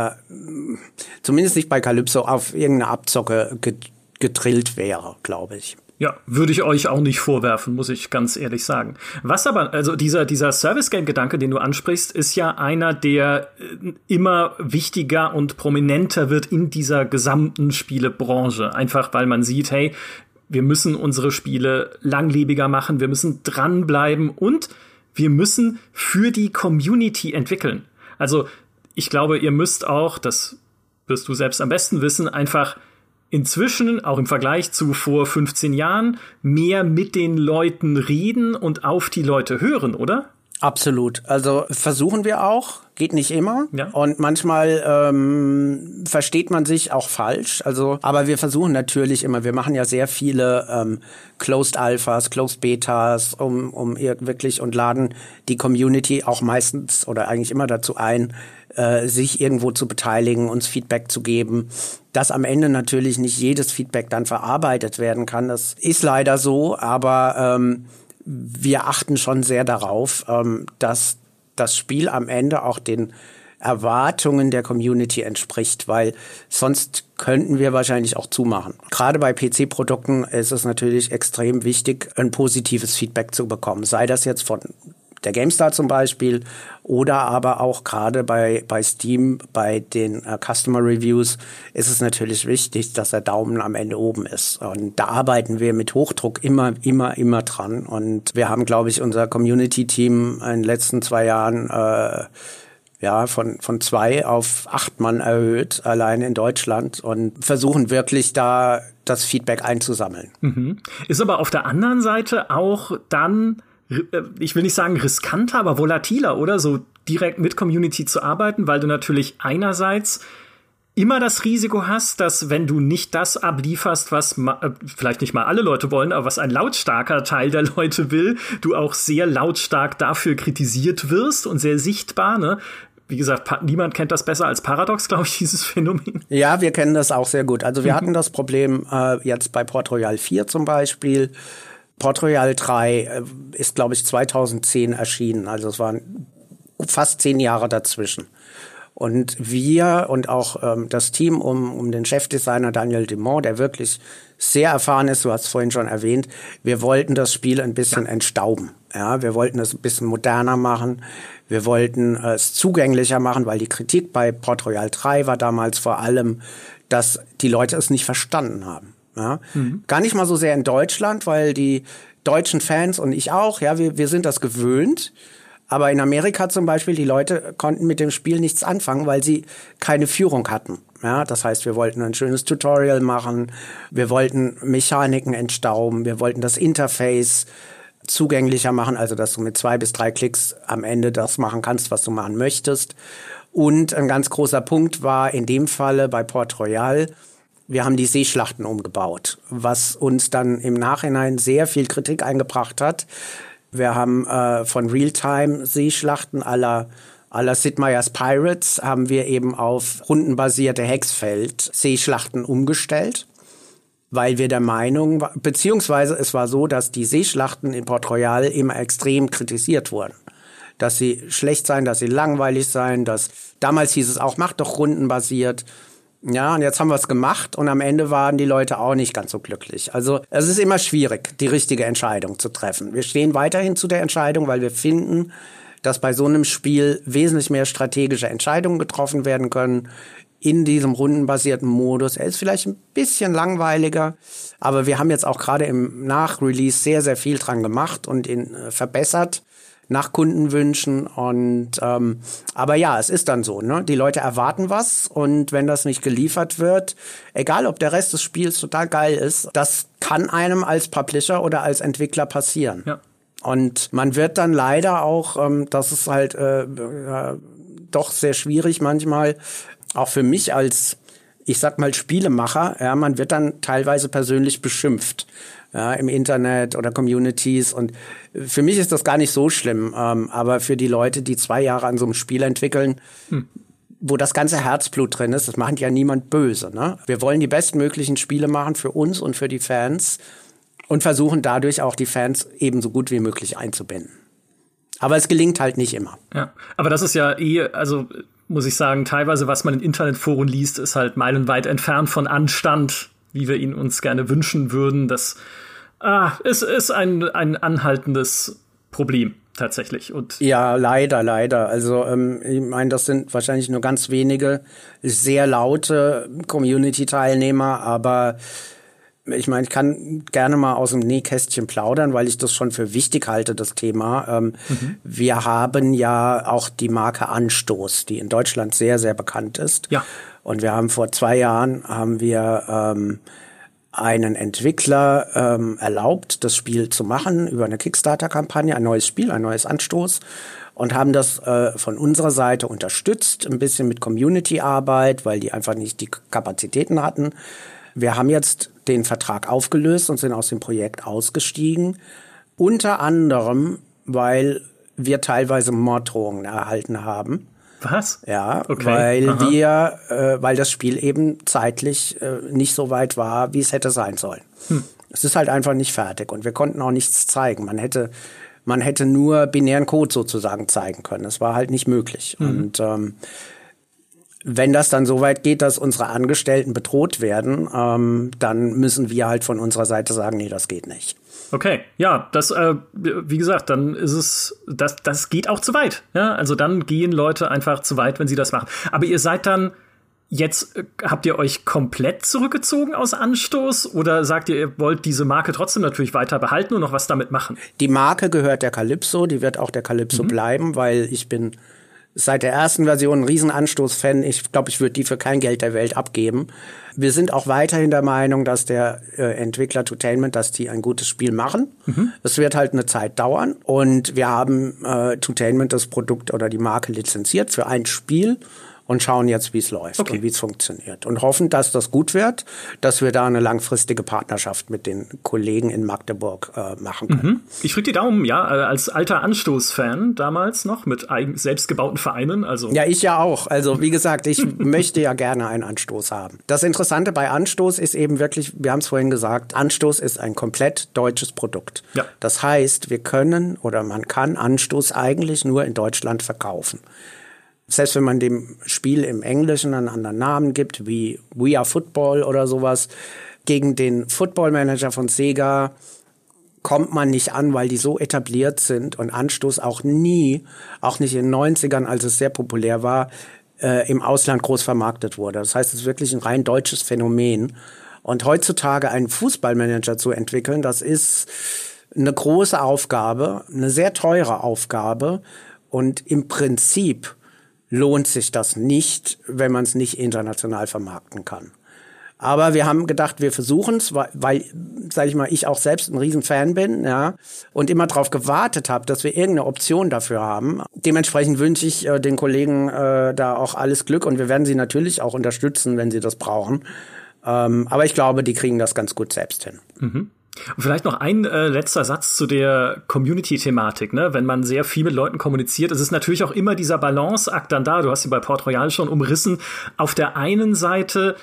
Speaker 2: zumindest nicht bei Calypso, auf irgendeine Abzocke gedrillt wäre, glaube ich.
Speaker 1: Ja, würde ich euch auch nicht vorwerfen, muss ich ganz ehrlich sagen. Was aber, also dieser Service-Game-Gedanke, den du ansprichst, ist ja einer, der immer wichtiger und prominenter wird in dieser gesamten Spielebranche. Einfach, weil man sieht, hey, wir müssen unsere Spiele langlebiger machen, wir müssen dranbleiben und wir müssen für die Community entwickeln. Also, ich glaube, ihr müsst auch, das wirst du selbst am besten wissen, einfach inzwischen, auch im Vergleich zu vor 15 Jahren, mehr mit den Leuten reden und auf die Leute hören, oder?
Speaker 2: Absolut. Also versuchen wir auch, geht nicht immer. Ja. Und manchmal versteht man sich auch falsch. Also, aber wir versuchen natürlich immer, wir machen ja sehr viele Closed Alphas, Closed Betas, um wirklich und laden die Community auch meistens oder eigentlich immer dazu ein, sich irgendwo zu beteiligen, uns Feedback zu geben. Dass am Ende natürlich nicht jedes Feedback dann verarbeitet werden kann, das ist leider so, aber wir achten schon sehr darauf, dass das Spiel am Ende auch den Erwartungen der Community entspricht, weil sonst könnten wir wahrscheinlich auch zumachen. Gerade bei PC-Produkten ist es natürlich extrem wichtig, ein positives Feedback zu bekommen, sei das jetzt von der GameStar zum Beispiel oder aber auch gerade bei Steam, bei den Customer Reviews ist es natürlich wichtig, dass der Daumen am Ende oben ist. Und da arbeiten wir mit Hochdruck immer dran. Und wir haben, glaube ich, unser Community-Team in den letzten 2 Jahren von 2 auf 8 Mann erhöht, allein in Deutschland und versuchen wirklich da das Feedback einzusammeln.
Speaker 1: Mhm. Ist aber auf der anderen Seite auch dann, ich will nicht sagen riskanter, aber volatiler, oder? So direkt mit Community zu arbeiten, weil du natürlich einerseits immer das Risiko hast, dass wenn du nicht das ablieferst, was vielleicht nicht mal alle Leute wollen, aber was ein lautstarker Teil der Leute will, du auch sehr lautstark dafür kritisiert wirst und sehr sichtbar, ne? Wie gesagt, niemand kennt das besser als Paradox, glaube ich, dieses Phänomen.
Speaker 2: Ja, wir kennen das auch sehr gut. Also wir hatten das Problem jetzt bei Port Royal 4 zum Beispiel. Port Royal 3 ist, glaube ich, 2010 erschienen. Also es waren fast 10 Jahre dazwischen. Und wir und auch das Team um den Chefdesigner Daniel Dumont, der wirklich sehr erfahren ist, du hast es vorhin schon erwähnt, wir wollten das Spiel ein bisschen entstauben. Ja, wir wollten es ein bisschen moderner machen. Wir wollten es zugänglicher machen, weil die Kritik bei Port Royal 3 war damals vor allem, dass die Leute es nicht verstanden haben. Ja? Gar nicht mal so sehr in Deutschland, weil die deutschen Fans und ich auch, ja, wir sind das gewöhnt. Aber in Amerika zum Beispiel, die Leute konnten mit dem Spiel nichts anfangen, weil sie keine Führung hatten. Ja, das heißt, wir wollten ein schönes Tutorial machen, wir wollten Mechaniken entstauben, wir wollten das Interface zugänglicher machen, also dass du mit 2 bis 3 Klicks am Ende das machen kannst, was du machen möchtest. Und ein ganz großer Punkt war in dem Falle bei Port Royal, wir haben die Seeschlachten umgebaut, was uns dann im Nachhinein sehr viel Kritik eingebracht hat. Wir haben von Realtime-Seeschlachten à la Sid Meier's Pirates haben wir eben auf rundenbasierte Hexfeld-Seeschlachten umgestellt, weil wir der Meinung, beziehungsweise es war so, dass die Seeschlachten in Port Royal immer extrem kritisiert wurden. Dass sie schlecht seien, dass sie langweilig seien, damals hieß es auch, macht doch rundenbasiert. Ja, und jetzt haben wir es gemacht und am Ende waren die Leute auch nicht ganz so glücklich. Also es ist immer schwierig, die richtige Entscheidung zu treffen. Wir stehen weiterhin zu der Entscheidung, weil wir finden, dass bei so einem Spiel wesentlich mehr strategische Entscheidungen getroffen werden können in diesem rundenbasierten Modus. Er ist vielleicht ein bisschen langweiliger, aber wir haben jetzt auch gerade im Nach-Release sehr, sehr viel dran gemacht und ihn verbessert. Nach Kundenwünschen und aber ja, es ist dann so, ne? Die Leute erwarten was und wenn das nicht geliefert wird, egal ob der Rest des Spiels total geil ist, das kann einem als Publisher oder als Entwickler passieren. Ja. Und man wird dann leider auch, das ist halt doch sehr schwierig manchmal, auch für mich als, ich sag mal, Spielemacher, ja, man wird dann teilweise persönlich beschimpft. Ja, im Internet oder Communities und für mich ist das gar nicht so schlimm, aber für die Leute, die 2 Jahre an so einem Spiel entwickeln, wo das ganze Herzblut drin ist, das macht ja niemand böse, ne? Wir wollen die bestmöglichen Spiele machen für uns und für die Fans und versuchen dadurch auch die Fans ebenso gut wie möglich einzubinden. Aber es gelingt halt nicht immer.
Speaker 1: Ja, aber das ist ja also muss ich sagen, teilweise, was man in Internetforen liest, ist halt meilenweit entfernt von Anstand, wie wir ihn uns gerne wünschen würden. Das ist ein anhaltendes Problem tatsächlich. Und
Speaker 2: ja, leider. Also ich meine, das sind wahrscheinlich nur ganz wenige sehr laute Community-Teilnehmer, aber ich meine, ich kann gerne mal aus dem Nähkästchen plaudern, weil ich das schon für wichtig halte, das Thema. Wir haben ja auch die Marke Anstoß, die in Deutschland sehr, sehr bekannt ist. Ja. Und wir haben vor 2 Jahren einen Entwickler erlaubt, das Spiel zu machen über eine Kickstarter-Kampagne, ein neues Spiel, ein neues Anstoß und haben das von unserer Seite unterstützt, ein bisschen mit Community-Arbeit, weil die einfach nicht die Kapazitäten hatten. Wir haben jetzt den Vertrag aufgelöst und sind aus dem Projekt ausgestiegen, unter anderem, weil wir teilweise Morddrohungen erhalten haben.
Speaker 1: Was?
Speaker 2: Ja, okay. Weil das Spiel eben zeitlich nicht so weit war, wie es hätte sein sollen. Es ist halt einfach nicht fertig und wir konnten auch nichts zeigen. Man hätte nur binären Code sozusagen zeigen können. Es war halt nicht möglich. Und wenn das dann so weit geht, dass unsere Angestellten bedroht werden, dann müssen wir halt von unserer Seite sagen, nee, das geht nicht.
Speaker 1: Okay, ja, das, wie gesagt, dann ist es, das geht auch zu weit. Ja, also dann gehen Leute einfach zu weit, wenn sie das machen. Aber ihr seid dann jetzt, habt ihr euch komplett zurückgezogen aus Anstoß oder sagt ihr wollt diese Marke trotzdem natürlich weiter behalten und noch was damit machen?
Speaker 2: Die Marke gehört der Calypso, die wird auch der Calypso bleiben, weil ich bin seit der ersten Version ein Riesenanstoß-Fan. Ich glaube, ich würde die für kein Geld der Welt abgeben. Wir sind auch weiterhin der Meinung, dass der Entwickler Tutainment, dass die ein gutes Spiel machen. Es wird halt eine Zeit dauern. Und wir haben Tutainment das Produkt oder die Marke lizenziert für ein Spiel und schauen jetzt, wie es läuft und wie es funktioniert. Und hoffen, dass das gut wird, dass wir da eine langfristige Partnerschaft mit den Kollegen in Magdeburg machen können.
Speaker 1: Ich drücke die Daumen, ja, als alter Anstoß-Fan damals noch mit selbstgebauten Vereinen. Also.
Speaker 2: Ja, ich ja auch. Also wie gesagt, ich möchte ja gerne einen Anstoß haben. Das Interessante bei Anstoß ist eben wirklich, wir haben es vorhin gesagt, Anstoß ist ein komplett deutsches Produkt. Ja. Das heißt, wir können oder man kann Anstoß eigentlich nur in Deutschland verkaufen. Selbst wenn man dem Spiel im Englischen einen anderen Namen gibt, wie We Are Football oder sowas, gegen den Football Manager von Sega kommt man nicht an, weil die so etabliert sind und Anstoß auch nie, auch nicht in den 90ern, als es sehr populär war, im Ausland groß vermarktet wurde. Das heißt, es ist wirklich ein rein deutsches Phänomen. Und heutzutage einen Fußballmanager zu entwickeln, das ist eine große Aufgabe, eine sehr teure Aufgabe. Und im Prinzip lohnt sich das nicht, wenn man es nicht international vermarkten kann. Aber wir haben gedacht, wir versuchen es, weil, sage ich mal, ich auch selbst ein Riesenfan bin, ja, und immer darauf gewartet habe, dass wir irgendeine Option dafür haben. Dementsprechend wünsche ich den Kollegen da auch alles Glück und wir werden sie natürlich auch unterstützen, wenn sie das brauchen. Aber ich glaube, die kriegen das ganz gut selbst hin.
Speaker 1: Mhm. Und vielleicht noch ein letzter Satz zu der Community-Thematik, ne? Wenn man sehr viel mit Leuten kommuniziert, es ist natürlich auch immer dieser Balanceakt dann da. Du hast sie bei Port Royal schon umrissen. Auf der einen Seite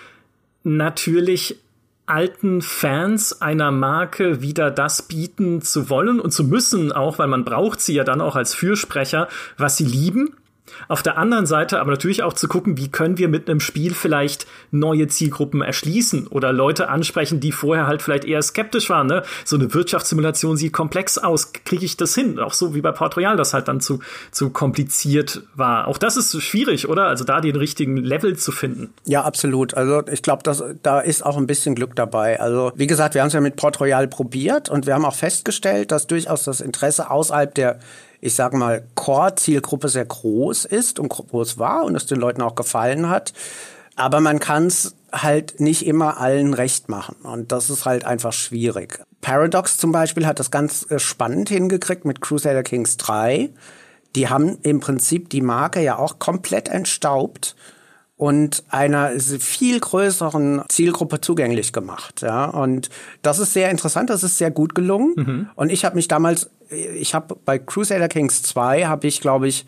Speaker 1: natürlich alten Fans einer Marke wieder das bieten zu wollen und zu müssen, auch weil man braucht sie ja dann auch als Fürsprecher, was sie lieben. Auf der anderen Seite aber natürlich auch zu gucken, wie können wir mit einem Spiel vielleicht neue Zielgruppen erschließen oder Leute ansprechen, die vorher halt vielleicht eher skeptisch waren. Ne? So eine Wirtschaftssimulation sieht komplex aus. Kriege ich das hin? Auch so wie bei Port Royal, das halt dann zu kompliziert war. Auch das ist schwierig, oder? Also da den richtigen Level zu finden.
Speaker 2: Ja, absolut. Also ich glaube, da ist auch ein bisschen Glück dabei. Also wie gesagt, wir haben es ja mit Port Royal probiert und wir haben auch festgestellt, dass durchaus das Interesse außerhalb der, ich sage mal, Core-Zielgruppe sehr groß ist und groß war und es den Leuten auch gefallen hat. Aber man kann es halt nicht immer allen recht machen und das ist halt einfach schwierig. Paradox zum Beispiel hat das ganz spannend hingekriegt mit Crusader Kings 3. Die haben im Prinzip die Marke ja auch komplett entstaubt und einer viel größeren Zielgruppe zugänglich gemacht. Ja, und das ist sehr interessant, das ist sehr gut gelungen. Mhm. Und ich habe mich damals, bei Crusader Kings 2 habe ich, glaube ich,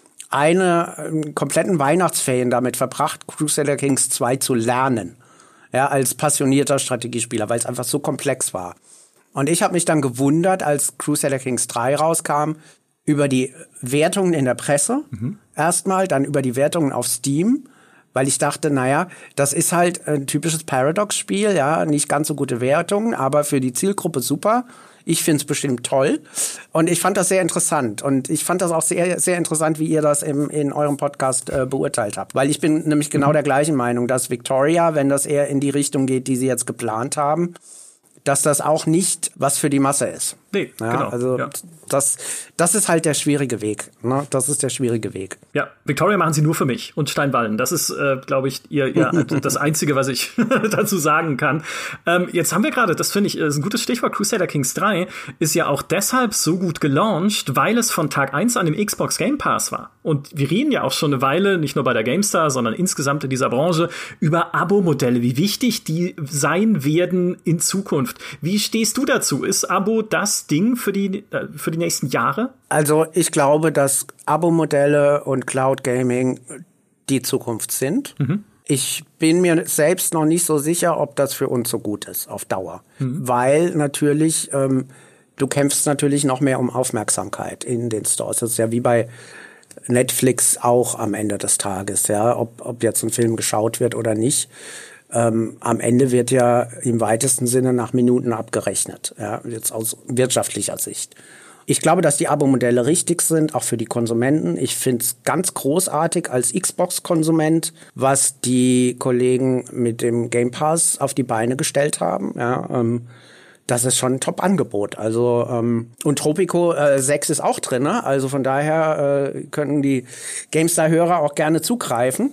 Speaker 2: einen kompletten Weihnachtsferien damit verbracht, Crusader Kings 2 zu lernen. Ja, als passionierter Strategiespieler, weil es einfach so komplex war. Und ich habe mich dann gewundert, als Crusader Kings 3 rauskam, über die Wertungen in der Presse erstmal, dann über die Wertungen auf Steam, weil ich dachte, naja, das ist halt ein typisches Paradox-Spiel, ja, nicht ganz so gute Wertungen, aber für die Zielgruppe super. Ich finde es bestimmt toll und ich fand das sehr interessant und ich fand das auch sehr, sehr interessant, wie ihr das in eurem Podcast beurteilt habt, weil ich bin nämlich genau der gleichen Meinung, dass Victoria, wenn das eher in die Richtung geht, die sie jetzt geplant haben, dass das auch nicht was für die Masse ist.
Speaker 1: Nee,
Speaker 2: ja,
Speaker 1: genau.
Speaker 2: Also ja. Das ist halt der schwierige Weg. Ne? Das ist der schwierige Weg.
Speaker 1: Ja, Victoria machen sie nur für mich und Steinwallen. Das ist, glaube ich, ihr das Einzige, was ich dazu sagen kann. Jetzt haben wir gerade, das finde ich, ist ein gutes Stichwort, Crusader Kings 3 ist ja auch deshalb so gut gelauncht, weil es von Tag 1 an dem Xbox Game Pass war. Und wir reden ja auch schon eine Weile, nicht nur bei der GameStar, sondern insgesamt in dieser Branche, über Abo-Modelle, wie wichtig die sein werden in Zukunft. Wie stehst du dazu? Ist Abo das Ding für die nächsten Jahre?
Speaker 2: Also ich glaube, dass Abo-Modelle und Cloud Gaming die Zukunft sind. Mhm. Ich bin mir selbst noch nicht so sicher, ob das für uns so gut ist auf Dauer. Mhm. Weil natürlich, du kämpfst natürlich noch mehr um Aufmerksamkeit in den Stores. Das ist ja wie bei Netflix auch am Ende des Tages, ja, ob jetzt ein Film geschaut wird oder nicht. Am Ende wird ja im weitesten Sinne nach Minuten abgerechnet, ja, jetzt aus wirtschaftlicher Sicht. Ich glaube, dass die Abo-Modelle richtig sind, auch für die Konsumenten. Ich finde es ganz großartig als Xbox-Konsument, was die Kollegen mit dem Game Pass auf die Beine gestellt haben. Ja, das ist schon ein Top-Angebot. Also und Tropico 6 ist auch drin, ne? Also von daher können die GameStar-Hörer auch gerne zugreifen.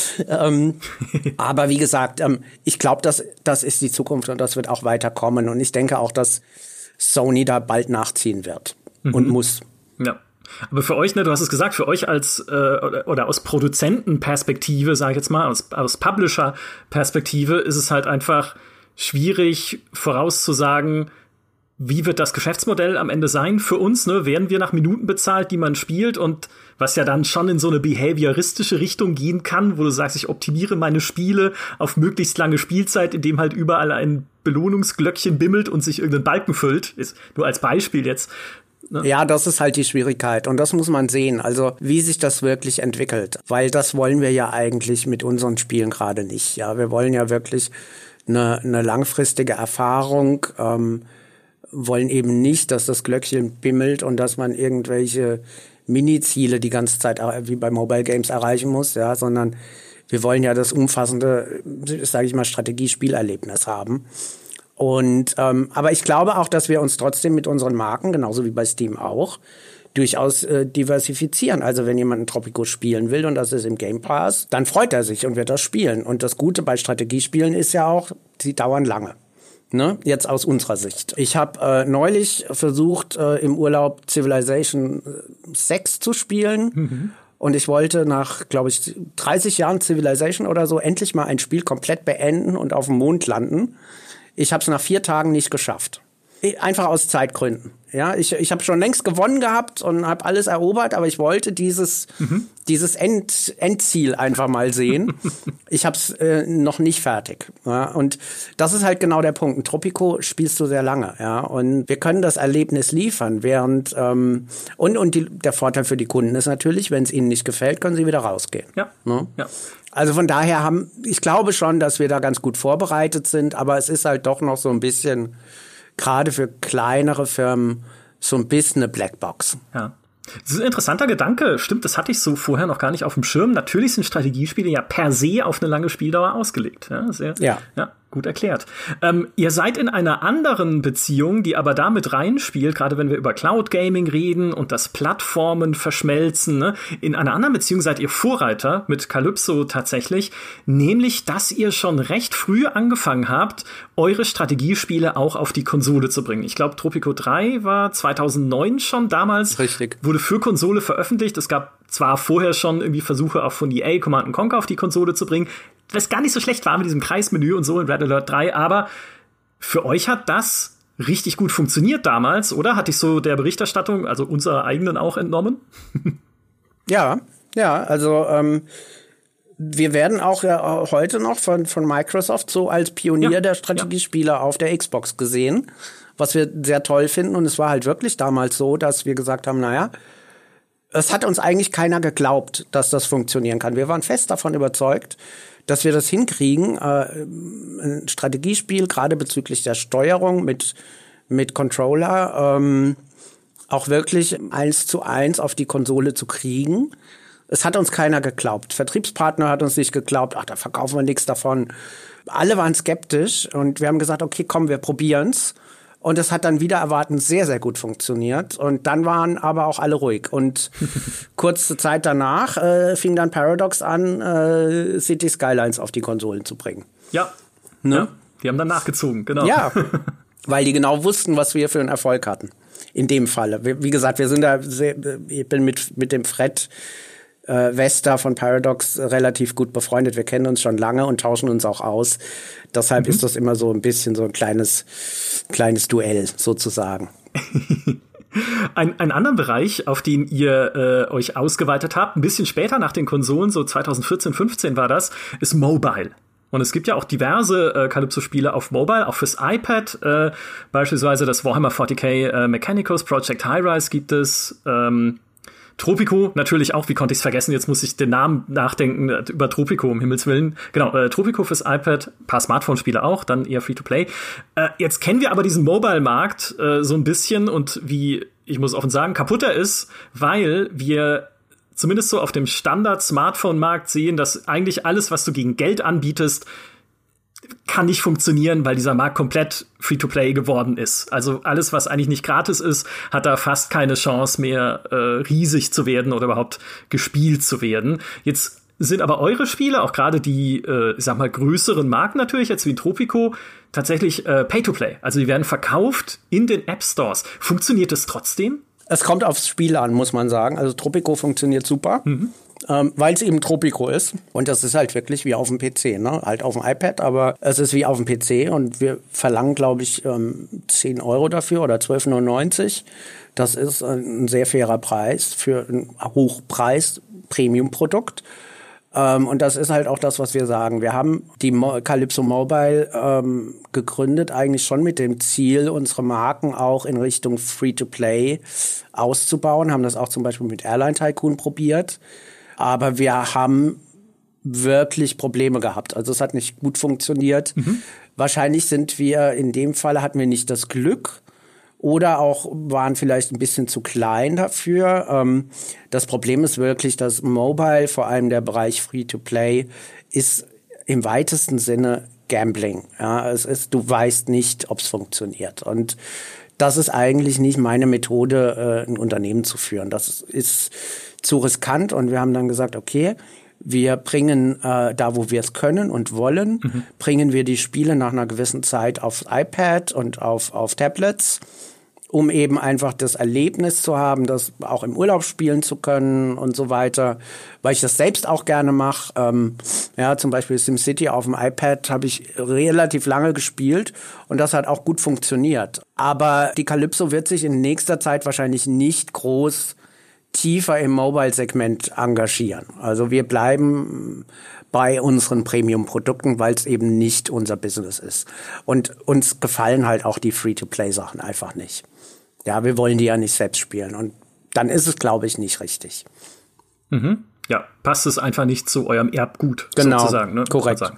Speaker 2: Aber wie gesagt, ich glaube, das ist die Zukunft und das wird auch weiterkommen. Und ich denke auch, dass Sony da bald nachziehen wird und muss.
Speaker 1: Ja. Aber für euch, ne, du hast es gesagt, für euch als oder aus Produzentenperspektive, sage ich jetzt mal, aus Publisher-Perspektive ist es halt einfach schwierig vorauszusagen, wie wird das Geschäftsmodell am Ende sein für uns, ne? Werden wir nach Minuten bezahlt, die man spielt und was ja dann schon in so eine behavioristische Richtung gehen kann, wo du sagst, ich optimiere meine Spiele auf möglichst lange Spielzeit, indem halt überall ein Belohnungsglöckchen bimmelt und sich irgendein Balken füllt, ist nur als Beispiel jetzt. Ne?
Speaker 2: Ja, das ist halt die Schwierigkeit und das muss man sehen, also wie sich das wirklich entwickelt, weil das wollen wir ja eigentlich mit unseren Spielen gerade nicht. Ja, wir wollen ja wirklich eine langfristige Erfahrung, wollen eben nicht, dass das Glöckchen bimmelt und dass man irgendwelche Mini-Ziele die ganze Zeit wie bei Mobile Games erreichen muss, ja, sondern wir wollen ja das umfassende, sage ich mal, Strategiespielerlebnis haben. Und aber ich glaube auch, dass wir uns trotzdem mit unseren Marken, genauso wie bei Steam auch, durchaus diversifizieren. Also wenn jemand ein Tropico spielen will und das ist im Game Pass, dann freut er sich und wird das spielen. Und das Gute bei Strategiespielen ist ja auch, sie dauern lange. Ne? Jetzt aus unserer Sicht. Ich habe neulich versucht, im Urlaub Civilization 6 zu spielen. Mhm. Und ich wollte nach, glaube ich, 30 Jahren Civilization oder so endlich mal ein Spiel komplett beenden und auf dem Mond landen. Ich habe es nach 4 Tagen nicht geschafft. Einfach aus Zeitgründen. Ja, ich habe schon längst gewonnen gehabt und habe alles erobert, aber ich wollte dieses Endziel einfach mal sehen. Ich habe es noch nicht fertig. Ja, und das ist halt genau der Punkt. Ein Tropico spielst du sehr lange, ja, und wir können das Erlebnis liefern, während der Vorteil für die Kunden ist natürlich, wenn es ihnen nicht gefällt, können sie wieder rausgehen.
Speaker 1: Ja.
Speaker 2: Ne?
Speaker 1: Ja.
Speaker 2: Also von daher ich glaube schon, dass wir da ganz gut vorbereitet sind, aber es ist halt doch noch so ein bisschen gerade für kleinere Firmen so ein bisschen eine Blackbox.
Speaker 1: Ja. Das ist ein interessanter Gedanke. Stimmt, das hatte ich so vorher noch gar nicht auf dem Schirm. Natürlich sind Strategiespiele ja per se auf eine lange Spieldauer ausgelegt. Ja, gut erklärt. Ihr seid in einer anderen Beziehung, die aber damit reinspielt, gerade wenn wir über Cloud Gaming reden und das Plattformen verschmelzen. Ne? In einer anderen Beziehung seid ihr Vorreiter mit Calypso tatsächlich, nämlich, dass ihr schon recht früh angefangen habt, eure Strategiespiele auch auf die Konsole zu bringen. Ich glaube, Tropico 3 war 2009 schon damals.
Speaker 2: Richtig.
Speaker 1: Wurde für Konsole veröffentlicht. Es gab zwar vorher schon irgendwie Versuche auch von EA Command & Conquer auf die Konsole zu bringen, was gar nicht so schlecht war mit diesem Kreismenü und so in Red Alert 3, aber für euch hat das richtig gut funktioniert damals, oder? Hatte ich so der Berichterstattung, also unserer eigenen auch entnommen?
Speaker 2: Ja, also wir werden auch heute noch von Microsoft so als Pionier der Strategiespiele auf der Xbox gesehen, was wir sehr toll finden. Und es war halt wirklich damals so, dass wir gesagt haben, naja, es hat uns eigentlich keiner geglaubt, dass das funktionieren kann. Wir waren fest davon überzeugt, dass wir das hinkriegen, ein Strategiespiel, gerade bezüglich der Steuerung mit Controller, auch wirklich 1:1 auf die Konsole zu kriegen. Es hat uns keiner geglaubt. Vertriebspartner hat uns nicht geglaubt. Ach, da verkaufen wir nichts davon. Alle waren skeptisch und wir haben gesagt, okay, komm, wir probieren's. Und es hat dann wieder erwartend sehr, sehr gut funktioniert. Und dann waren aber auch alle ruhig. Und kurze Zeit danach fing dann Paradox an, City Skylines auf die Konsolen zu bringen.
Speaker 1: Ja,
Speaker 2: ne?
Speaker 1: Ja, die haben dann nachgezogen, genau.
Speaker 2: Ja, weil die genau wussten, was wir für einen Erfolg hatten. In dem Falle. Wie gesagt, wir sind ich bin mit dem Fred Vesta von Paradox relativ gut befreundet. Wir kennen uns schon lange und tauschen uns auch aus. Deshalb ist das immer so ein bisschen so ein kleines Duell sozusagen.
Speaker 1: Ein anderer Bereich, auf den ihr euch ausgeweitet habt, ein bisschen später nach den Konsolen, so 2014, 15 war das, ist Mobile. Und es gibt ja auch diverse Calypso-Spiele auf Mobile, auch fürs iPad, beispielsweise das Warhammer 40k Mechanicus, Project High-Rise gibt es, Tropico natürlich auch, wie konnte ich es vergessen, jetzt muss ich den Namen nachdenken, über Tropico, um Himmels Willen. Genau, Tropico fürs iPad, ein paar Smartphone-Spiele auch, dann eher Free-to-Play. Jetzt kennen wir aber diesen Mobile-Markt so ein bisschen und wie, ich muss offen sagen, kaputt er ist, weil wir zumindest so auf dem Standard-Smartphone-Markt sehen, dass eigentlich alles, was du gegen Geld anbietest, kann nicht funktionieren, weil dieser Markt komplett Free-to-Play geworden ist. Also alles, was eigentlich nicht gratis ist, hat da fast keine Chance mehr, riesig zu werden oder überhaupt gespielt zu werden. Jetzt sind aber eure Spiele, auch gerade die, ich sag mal, größeren Marken natürlich, jetzt wie Tropico, tatsächlich Pay-to-Play. Also die werden verkauft in den App-Stores. Funktioniert das trotzdem?
Speaker 2: Es kommt aufs Spiel an, muss man sagen. Also Tropico funktioniert super. Weil es eben Tropico ist. Und das ist halt wirklich wie auf dem PC, ne? Halt auf dem iPad, aber es ist wie auf dem PC und wir verlangen, glaube ich, 10 Euro dafür oder 12,99. Das ist ein sehr fairer Preis für ein Hochpreis-Premium-Produkt. Und das ist halt auch das, was wir sagen. Wir haben die Calypso Mobile gegründet, eigentlich schon mit dem Ziel, unsere Marken auch in Richtung Free-to-Play auszubauen. Haben das auch zum Beispiel mit Airline Tycoon probiert. Aber wir haben wirklich Probleme gehabt. Also es hat nicht gut funktioniert. Wahrscheinlich hatten wir nicht das Glück, oder auch waren vielleicht ein bisschen zu klein dafür. Das Problem ist wirklich, dass Mobile, vor allem der Bereich Free-to-Play, ist im weitesten Sinne Gambling. Ja, du weißt nicht, ob es funktioniert. Und das ist eigentlich nicht meine Methode, ein Unternehmen zu führen. Das ist zu riskant und wir haben dann gesagt, okay, wir bringen da, wo wir es können und wollen, bringen wir die Spiele nach einer gewissen Zeit aufs iPad und auf Tablets, um eben einfach das Erlebnis zu haben, das auch im Urlaub spielen zu können und so weiter, weil ich das selbst auch gerne mache. Zum Beispiel SimCity auf dem iPad habe ich relativ lange gespielt und das hat auch gut funktioniert. Aber die Calypso wird sich in nächster Zeit wahrscheinlich nicht groß tiefer im Mobile-Segment engagieren. Also wir bleiben bei unseren Premium-Produkten, weil es eben nicht unser Business ist. Und uns gefallen halt auch die Free-to-Play-Sachen einfach nicht. Ja, wir wollen die ja nicht selbst spielen. Und dann ist es, glaube ich, nicht richtig.
Speaker 1: Ja, passt es einfach nicht zu eurem Erbgut,
Speaker 2: genau,
Speaker 1: sozusagen. Ne?
Speaker 2: Korrekt.
Speaker 1: Ja.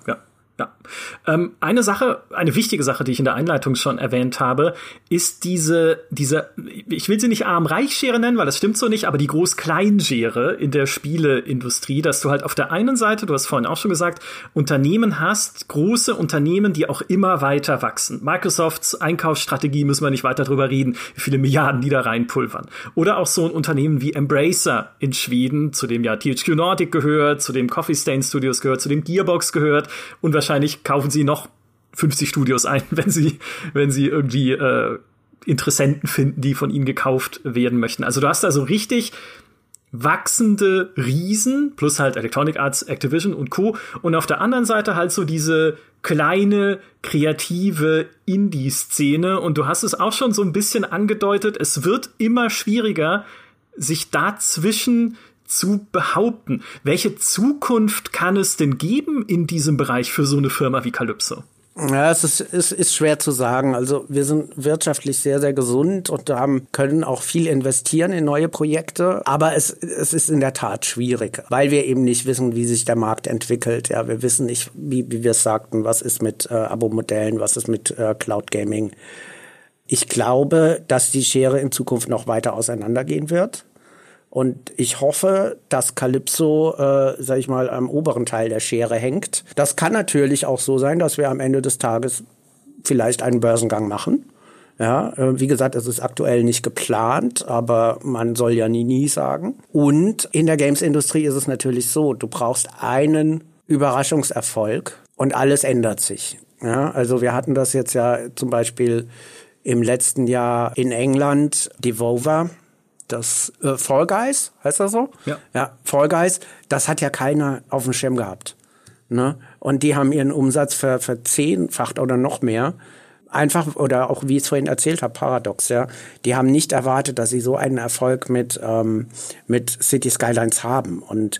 Speaker 1: Eine wichtige Sache, die ich in der Einleitung schon erwähnt habe, ist diese, ich will sie nicht Arm-Reich-Schere nennen, weil das stimmt so nicht, aber die Groß-Klein-Schere in der Spieleindustrie, dass du halt auf der einen Seite, du hast vorhin auch schon gesagt, Unternehmen hast, große Unternehmen, die auch immer weiter wachsen. Microsofts Einkaufsstrategie, müssen wir nicht weiter drüber reden, wie viele Milliarden die da reinpulvern. Oder auch so ein Unternehmen wie Embracer in Schweden, zu dem ja THQ Nordic gehört, zu dem Coffee Stain Studios gehört, zu dem Gearbox gehört und wahrscheinlich kaufen sie noch 50 Studios ein, wenn sie irgendwie Interessenten finden, die von ihnen gekauft werden möchten. Also du hast da so richtig wachsende Riesen, plus halt Electronic Arts, Activision und Co. Und auf der anderen Seite halt so diese kleine, kreative Indie-Szene. Und du hast es auch schon so ein bisschen angedeutet, es wird immer schwieriger, sich dazwischen zu behaupten. Welche Zukunft kann es denn geben in diesem Bereich für so eine Firma wie Calypso?
Speaker 2: Ja, es ist schwer zu sagen. Also wir sind wirtschaftlich sehr, sehr gesund und können auch viel investieren in neue Projekte. Aber es ist in der Tat schwierig, weil wir eben nicht wissen, wie sich der Markt entwickelt. Ja, wir wissen nicht, wie wir es sagten, was ist mit Abo-Modellen, was ist mit Cloud Gaming. Ich glaube, dass die Schere in Zukunft noch weiter auseinandergehen wird. Und ich hoffe, dass Calypso, sag ich mal, am oberen Teil der Schere hängt. Das kann natürlich auch so sein, dass wir am Ende des Tages vielleicht einen Börsengang machen. Ja, wie gesagt, es ist aktuell nicht geplant, aber man soll ja nie sagen. Und in der Games-Industrie ist es natürlich so, du brauchst einen Überraschungserfolg und alles ändert sich. Ja, also wir hatten das jetzt ja zum Beispiel im letzten Jahr in England, Devolver. Das Fall Guys, heißt das so? Ja, Fall Guys, das hat ja keiner auf dem Schirm gehabt. Ne? Und die haben ihren Umsatz verzehnfacht oder noch mehr. Einfach, oder auch wie ich es vorhin erzählt habe, paradox, ja. Die haben nicht erwartet, dass sie so einen Erfolg mit City Skylines haben. Und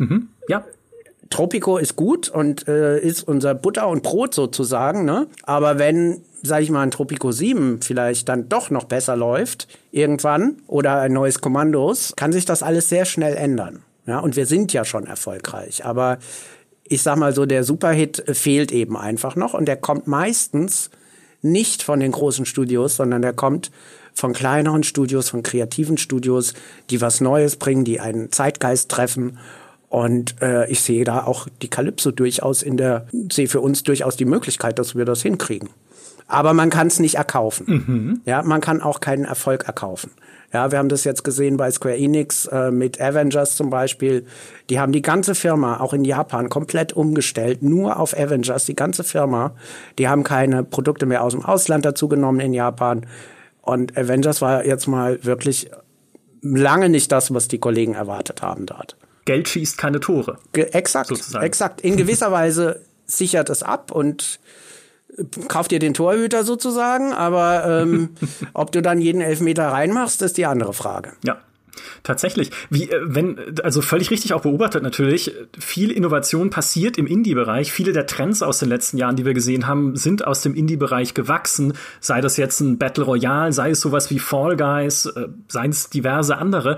Speaker 2: Tropico ist gut und ist unser Butter und Brot sozusagen, ne? Aber wenn, sag ich mal, ein Tropico 7 vielleicht dann doch noch besser läuft irgendwann oder ein neues Kommandos, kann sich das alles sehr schnell ändern. Ja, und wir sind ja schon erfolgreich. Aber ich sag mal so, der Superhit fehlt eben einfach noch und der kommt meistens nicht von den großen Studios, sondern der kommt von kleineren Studios, von kreativen Studios, die was Neues bringen, die einen Zeitgeist treffen. Und ich sehe da auch die Calypso sehe für uns durchaus die Möglichkeit, dass wir das hinkriegen. Aber man kann es nicht erkaufen. Ja, man kann auch keinen Erfolg erkaufen. Ja, wir haben das jetzt gesehen bei Square Enix mit Avengers zum Beispiel. Die haben die ganze Firma, auch in Japan, komplett umgestellt, nur auf Avengers, die ganze Firma. Die haben keine Produkte mehr aus dem Ausland dazu genommen in Japan. Und Avengers war jetzt mal wirklich lange nicht das, was die Kollegen erwartet haben dort.
Speaker 1: Geld schießt keine Tore.
Speaker 2: Exakt, sozusagen. Exakt. In gewisser Weise sichert es ab und kauft dir den Torhüter sozusagen, aber ob du dann jeden Elfmeter reinmachst, ist die andere Frage.
Speaker 1: Ja. Tatsächlich. Also völlig richtig auch beobachtet natürlich, viel Innovation passiert im Indie-Bereich. Viele der Trends aus den letzten Jahren, die wir gesehen haben, sind aus dem Indie-Bereich gewachsen. Sei das jetzt ein Battle Royale, sei es sowas wie Fall Guys, seien es diverse andere.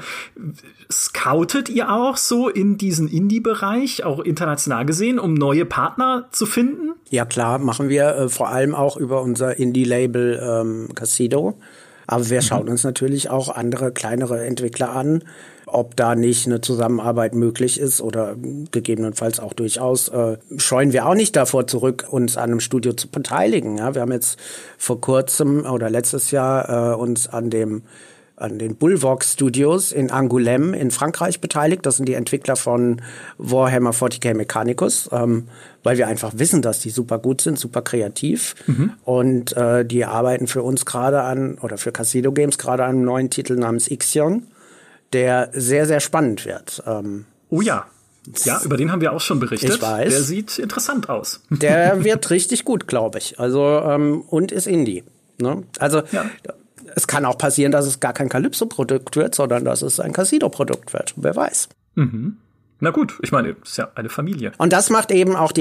Speaker 1: Scoutet ihr auch so in diesen Indie-Bereich, auch international gesehen, um neue Partner zu finden?
Speaker 2: Ja klar, machen wir vor allem auch über unser Indie-Label Casino. Aber wir schauen uns natürlich auch andere, kleinere Entwickler an, ob da nicht eine Zusammenarbeit möglich ist oder gegebenenfalls auch durchaus. Scheuen wir auch nicht davor zurück, uns an einem Studio zu beteiligen. Ja, wir haben jetzt vor kurzem oder letztes Jahr uns an den Bullwalk Studios in Angoulême in Frankreich beteiligt. Das sind die Entwickler von Warhammer 40k Mechanicus, weil wir einfach wissen, dass die super gut sind, super kreativ. Und die arbeiten für uns für Casino Games gerade an einem neuen Titel namens Ixion, der sehr, sehr spannend wird.
Speaker 1: Oh ja. Ja, über den haben wir auch schon berichtet.
Speaker 2: Ich weiß.
Speaker 1: Der sieht interessant aus.
Speaker 2: Der wird richtig gut, glaube ich. Also, und ist Indie. Ne? Also, ja. Es kann auch passieren, dass es gar kein Calypso-Produkt wird, sondern dass es ein Casino-Produkt wird. Wer weiß.
Speaker 1: Mhm. Na gut, ich meine, es ist ja eine Familie.
Speaker 2: Und das macht eben auch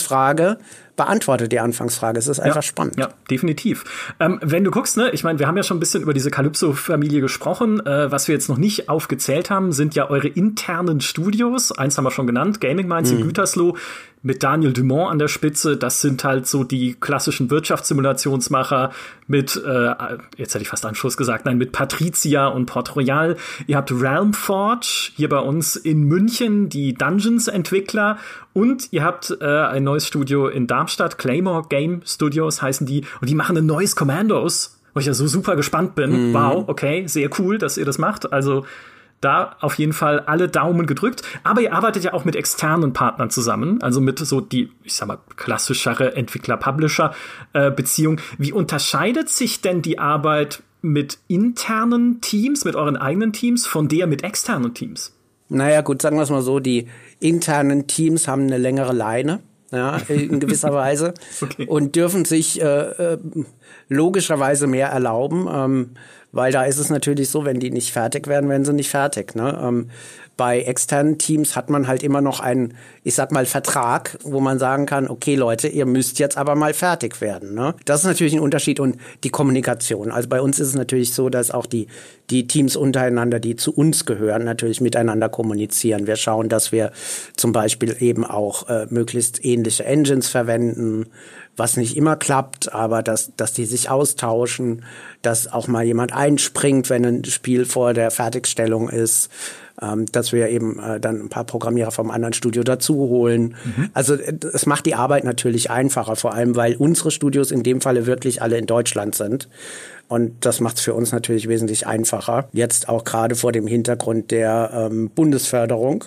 Speaker 2: beantwortet die Anfangsfrage. Es ist einfach spannend.
Speaker 1: Ja, definitiv. Wenn du guckst, ne, ich meine, wir haben ja schon ein bisschen über diese Calypso-Familie gesprochen. Was wir jetzt noch nicht aufgezählt haben, sind ja eure internen Studios. Eins haben wir schon genannt, Gaming Minds in Gütersloh mit Daniel Dumont an der Spitze. Das sind halt so die klassischen Wirtschaftssimulationsmacher mit, jetzt hätte ich fast Anschluss gesagt, mit Patricia und Port Royal. Ihr habt Realmforge hier bei uns in München, die Dungeons-Entwickler. Und ihr habt ein neues Studio in Darmstadt, Claymore Game Studios heißen die. Und die machen ein neues Commandos, wo ich ja so super gespannt bin. Wow, okay, sehr cool, dass ihr das macht. Also da auf jeden Fall alle Daumen gedrückt. Aber ihr arbeitet ja auch mit externen Partnern zusammen. Also mit so die, ich sag mal, klassischere Entwickler-Publisher-Beziehung. Wie unterscheidet sich denn die Arbeit mit internen Teams, mit euren eigenen Teams, von der mit externen Teams?
Speaker 2: Naja, gut, sagen wir es mal so, die internen Teams haben eine längere Leine, ja, in gewisser Weise, okay. Und dürfen sich logischerweise mehr erlauben, weil da ist es natürlich so, wenn die nicht fertig werden sie nicht fertig. Ne? Bei externen Teams hat man halt immer noch einen, ich sag mal, Vertrag, wo man sagen kann, okay Leute, ihr müsst jetzt aber mal fertig werden. Ne? Das ist natürlich ein Unterschied und die Kommunikation. Also bei uns ist es natürlich so, dass auch die Teams untereinander, die zu uns gehören, natürlich miteinander kommunizieren. Wir schauen, dass wir zum Beispiel eben auch möglichst ähnliche Engines verwenden, was nicht immer klappt, aber dass die sich austauschen, dass auch mal jemand einspringt, wenn ein Spiel vor der Fertigstellung ist, dass wir eben dann ein paar Programmierer vom anderen Studio dazu holen. Also es macht die Arbeit natürlich einfacher, vor allem weil unsere Studios in dem Falle wirklich alle in Deutschland sind. Und das macht es für uns natürlich wesentlich einfacher. Jetzt auch gerade vor dem Hintergrund der Bundesförderung,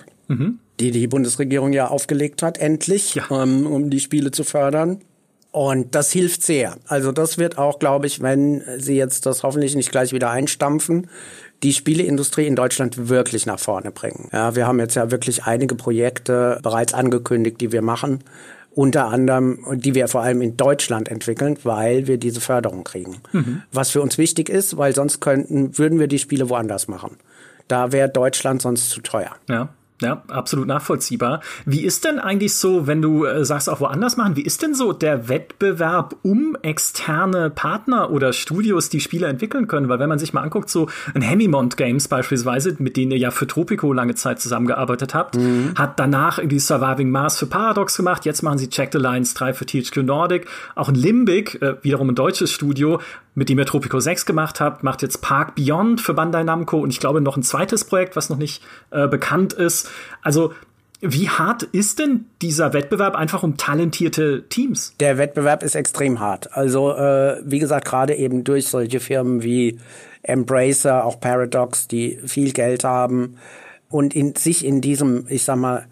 Speaker 2: die Bundesregierung ja aufgelegt hat, endlich, um die Spiele zu fördern. Und das hilft sehr. Also das wird auch, glaube ich, wenn sie jetzt das hoffentlich nicht gleich wieder einstampfen, die Spieleindustrie in Deutschland wirklich nach vorne bringen. Ja, wir haben jetzt ja wirklich einige Projekte bereits angekündigt, die wir machen. Unter anderem, die wir vor allem in Deutschland entwickeln, weil wir diese Förderung kriegen. Was für uns wichtig ist, weil sonst würden wir die Spiele woanders machen. Da wäre Deutschland sonst zu teuer.
Speaker 1: Ja, absolut nachvollziehbar. Wie ist denn eigentlich so, wenn du sagst, auch woanders machen, wie ist denn so der Wettbewerb um externe Partner oder Studios, die Spiele entwickeln können? Weil wenn man sich mal anguckt, so ein Hemimont Games beispielsweise, mit denen ihr ja für Tropico lange Zeit zusammengearbeitet habt, hat danach irgendwie Surviving Mars für Paradox gemacht, jetzt machen sie Checked Alliance 3 für THQ Nordic. Auch ein Limbic, wiederum ein deutsches Studio, mit dem ihr Tropico 6 gemacht habt, macht jetzt Park Beyond für Bandai Namco und ich glaube noch ein zweites Projekt, was noch nicht bekannt ist. Also wie hart ist denn dieser Wettbewerb einfach um talentierte Teams?
Speaker 2: Der Wettbewerb ist extrem hart. Also wie gesagt, gerade eben durch solche Firmen wie Embracer, auch Paradox, die viel Geld haben und sich in diesem, ich sag mal,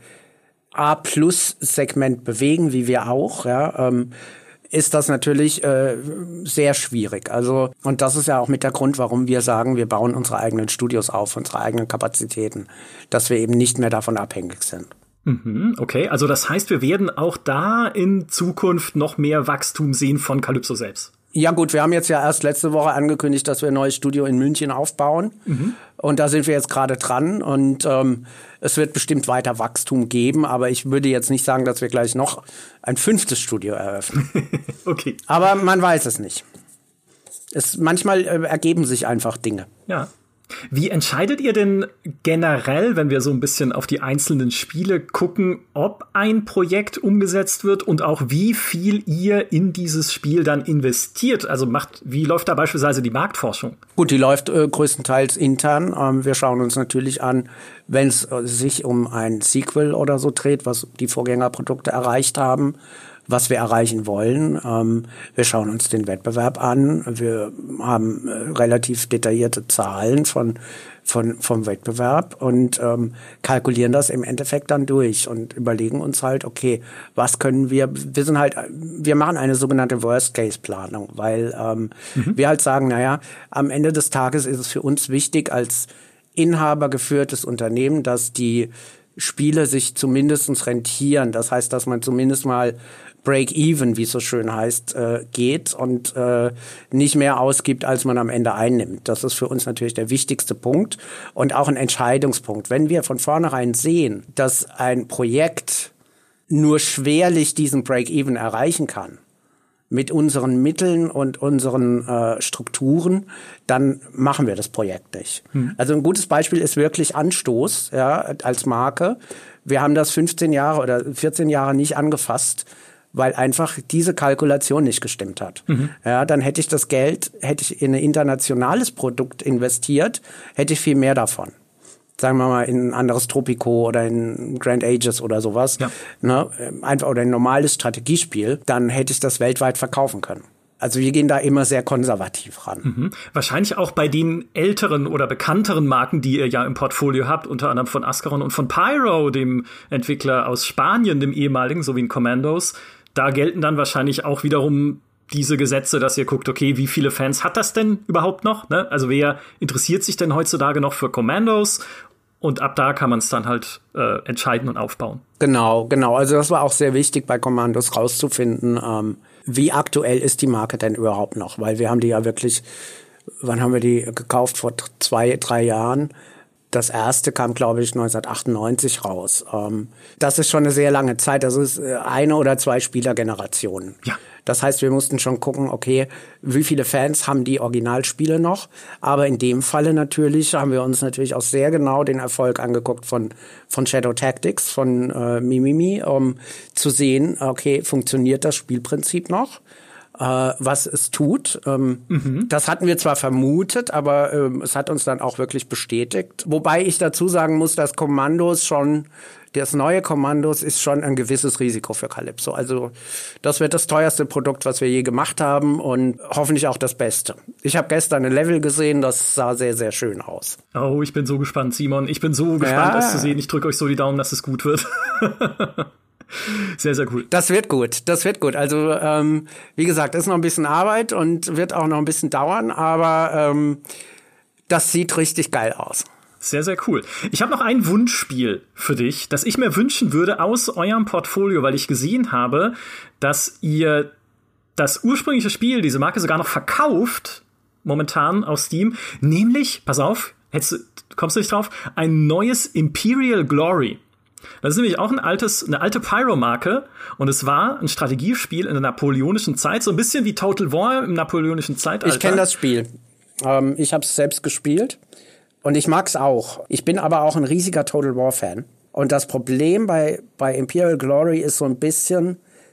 Speaker 2: A-Plus-Segment bewegen, wie wir auch, ja, ist das natürlich sehr schwierig. Also, und das ist ja auch mit der Grund, warum wir sagen, wir bauen unsere eigenen Studios auf, unsere eigenen Kapazitäten, dass wir eben nicht mehr davon abhängig sind.
Speaker 1: Okay, also das heißt, wir werden auch da in Zukunft noch mehr Wachstum sehen von Calypso selbst.
Speaker 2: Ja gut, wir haben jetzt ja erst letzte Woche angekündigt, dass wir ein neues Studio in München aufbauen. Und da sind wir jetzt gerade dran und es wird bestimmt weiter Wachstum geben, aber ich würde jetzt nicht sagen, dass wir gleich noch ein 5. Studio eröffnen.
Speaker 1: Okay.
Speaker 2: Aber man weiß es nicht. Manchmal ergeben sich einfach Dinge.
Speaker 1: Ja. Wie entscheidet ihr denn generell, wenn wir so ein bisschen auf die einzelnen Spiele gucken, ob ein Projekt umgesetzt wird und auch wie viel ihr in dieses Spiel dann investiert? Also wie läuft da beispielsweise die Marktforschung?
Speaker 2: Gut, die läuft größtenteils intern. Wir schauen uns natürlich an, wenn es sich um ein Sequel oder so dreht, was die Vorgängerprodukte erreicht haben, was wir erreichen wollen. Wir schauen uns den Wettbewerb an. Wir haben relativ detaillierte Zahlen vom Wettbewerb und kalkulieren das im Endeffekt dann durch und überlegen uns halt, okay, was können wir machen eine sogenannte Worst-Case-Planung, weil wir halt sagen, naja, am Ende des Tages ist es für uns wichtig als inhabergeführtes Unternehmen, dass die Spiele sich zumindest rentieren. Das heißt, dass man zumindest mal Break-even, wie es so schön heißt, geht und nicht mehr ausgibt, als man am Ende einnimmt. Das ist für uns natürlich der wichtigste Punkt und auch ein Entscheidungspunkt. Wenn wir von vornherein sehen, dass ein Projekt nur schwerlich diesen Break-even erreichen kann, mit unseren Mitteln und unseren Strukturen, dann machen wir das Projekt nicht. Also ein gutes Beispiel ist wirklich Anstoß, ja, als Marke. Wir haben das 15 Jahre oder 14 Jahre nicht angefasst, weil einfach diese Kalkulation nicht gestimmt hat. Ja, dann hätte ich das Geld, in ein internationales Produkt investiert, hätte ich viel mehr davon. Sagen wir mal in ein anderes Tropico oder in Grand Ages oder sowas, ja. Ne, einfach oder ein normales Strategiespiel, dann hätte ich das weltweit verkaufen können. Also wir gehen da immer sehr konservativ ran.
Speaker 1: Wahrscheinlich auch bei den älteren oder bekannteren Marken, die ihr ja im Portfolio habt, unter anderem von Ascaron und von Pyro, dem Entwickler aus Spanien, dem ehemaligen, so wie in Commandos. Da gelten dann wahrscheinlich auch wiederum diese Gesetze, dass ihr guckt, okay, wie viele Fans hat das denn überhaupt noch? Ne? Also wer interessiert sich denn heutzutage noch für Commandos? Und ab da kann man es dann halt entscheiden und aufbauen.
Speaker 2: Genau. Also das war auch sehr wichtig bei Commandos rauszufinden, wie aktuell ist die Marke denn überhaupt noch? Weil wir haben die ja wirklich, wann haben wir die gekauft? Vor 2-3 Jahren. Das erste kam, glaube ich, 1998 raus. Das ist schon eine sehr lange Zeit. Das ist eine oder zwei Spielergenerationen. Ja. Das heißt, wir mussten schon gucken, okay, wie viele Fans haben die Originalspiele noch? Aber in dem Falle natürlich haben wir uns natürlich auch sehr genau den Erfolg angeguckt von Shadow Tactics, von Mimimi, um zu sehen, okay, funktioniert das Spielprinzip noch? Was es tut. Das hatten wir zwar vermutet, aber es hat uns dann auch wirklich bestätigt. Wobei ich dazu sagen muss, dass das neue Commandos ist schon ein gewisses Risiko für Calypso. Also das wird das teuerste Produkt, was wir je gemacht haben und hoffentlich auch das Beste. Ich habe gestern ein Level gesehen, das sah sehr, sehr schön aus.
Speaker 1: Oh, ich bin so gespannt, Simon. Ich bin so gespannt, das zu sehen. Ich drücke euch so die Daumen, dass es gut wird. Sehr, sehr cool.
Speaker 2: Das wird gut. Also, wie gesagt, ist noch ein bisschen Arbeit und wird auch noch ein bisschen dauern, aber das sieht richtig geil aus.
Speaker 1: Sehr, sehr cool. Ich habe noch ein Wunschspiel für dich, das ich mir wünschen würde aus eurem Portfolio, weil ich gesehen habe, dass ihr das ursprüngliche Spiel, diese Marke sogar noch verkauft, momentan auf Steam, nämlich, pass auf, kommst du nicht drauf, ein neues Imperial Glory. Das ist nämlich auch eine alte Pyro-Marke und es war ein Strategiespiel in der napoleonischen Zeit, so ein bisschen wie Total War im napoleonischen Zeitalter.
Speaker 2: Ich kenne das Spiel. Ich habe es selbst gespielt und ich mag's auch. Ich bin aber auch ein riesiger Total War-Fan. Und das Problem bei Imperial Glory ist so ein bisschen,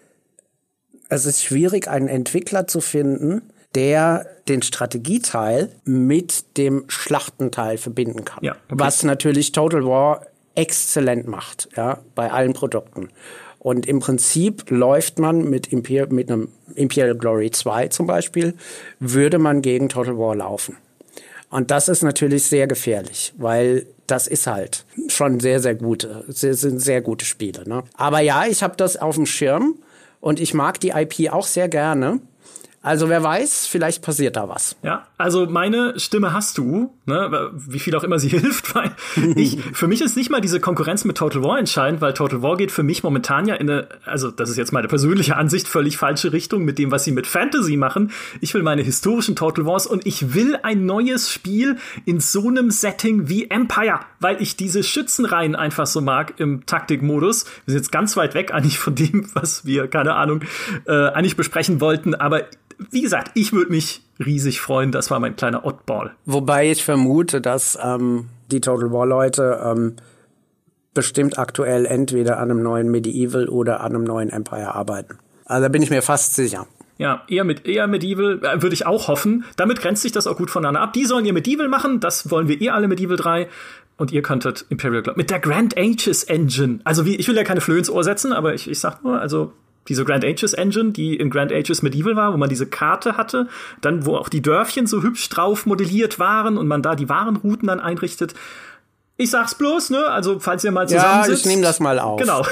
Speaker 2: es ist schwierig, einen Entwickler zu finden, der den Strategieteil mit dem Schlachtenteil verbinden kann. Ja, okay. Was natürlich Total War exzellent macht, ja, bei allen Produkten. Und im Prinzip läuft man mit einem Imperial Glory 2 zum Beispiel, würde man gegen Total War laufen. Und das ist natürlich sehr gefährlich, weil das ist halt schon sind sehr gute Spiele. Ne? Aber ja, ich habe das auf dem Schirm und ich mag die IP auch sehr gerne. Also wer weiß, vielleicht passiert da was.
Speaker 1: Ja, also meine Stimme hast du, ne, wie viel auch immer sie hilft, weil für mich ist nicht mal diese Konkurrenz mit Total War entscheidend, weil Total War geht für mich momentan ja in eine, also das ist jetzt meine persönliche Ansicht, völlig falsche Richtung mit dem, was sie mit Fantasy machen. Ich will meine historischen Total Wars und ich will ein neues Spiel in so einem Setting wie Empire, weil ich diese Schützenreihen einfach so mag im Taktikmodus. Wir sind jetzt ganz weit weg eigentlich von dem, was wir, keine Ahnung, eigentlich besprechen wollten, aber wie gesagt, ich würde mich riesig freuen. Das war mein kleiner Oddball.
Speaker 2: Wobei ich vermute, dass die Total War-Leute bestimmt aktuell entweder an einem neuen Medieval oder an einem neuen Empire arbeiten. Also da bin ich mir fast sicher.
Speaker 1: Ja, eher Medieval würde ich auch hoffen. Damit grenzt sich das auch gut voneinander ab. Die sollen ihr Medieval machen. Das wollen wir alle Medieval 3. Und ihr könntet Imperial Club mit der Grand Ages Engine. Also ich will ja keine Flöhe ins Ohr setzen, aber ich sag nur, also diese Grand Ages Engine, die in Grand Ages Medieval war, wo man diese Karte hatte, dann wo auch die Dörfchen so hübsch drauf modelliert waren und man da die Warenrouten dann einrichtet. Ich sag's bloß, ne? Also falls ihr mal zusammensitzt.
Speaker 2: Ja, ich nehme das mal auf.
Speaker 1: Genau.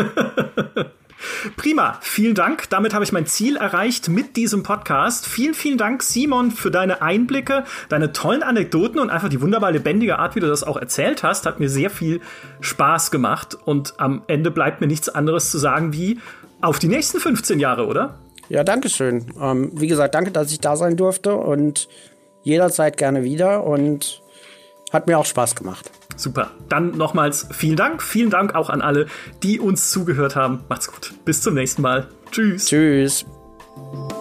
Speaker 1: Prima, vielen Dank. Damit habe ich mein Ziel erreicht mit diesem Podcast. Vielen, vielen Dank, Simon, für deine Einblicke, deine tollen Anekdoten und einfach die wunderbar lebendige Art, wie du das auch erzählt hast. Hat mir sehr viel Spaß gemacht. Und am Ende bleibt mir nichts anderes zu sagen wie auf die nächsten 15 Jahre, oder?
Speaker 2: Ja, danke schön. Wie gesagt, danke, dass ich da sein durfte und jederzeit gerne wieder und hat mir auch Spaß gemacht.
Speaker 1: Super. Dann nochmals vielen Dank. Vielen Dank auch an alle, die uns zugehört haben. Macht's gut. Bis zum nächsten Mal. Tschüss.
Speaker 2: Tschüss.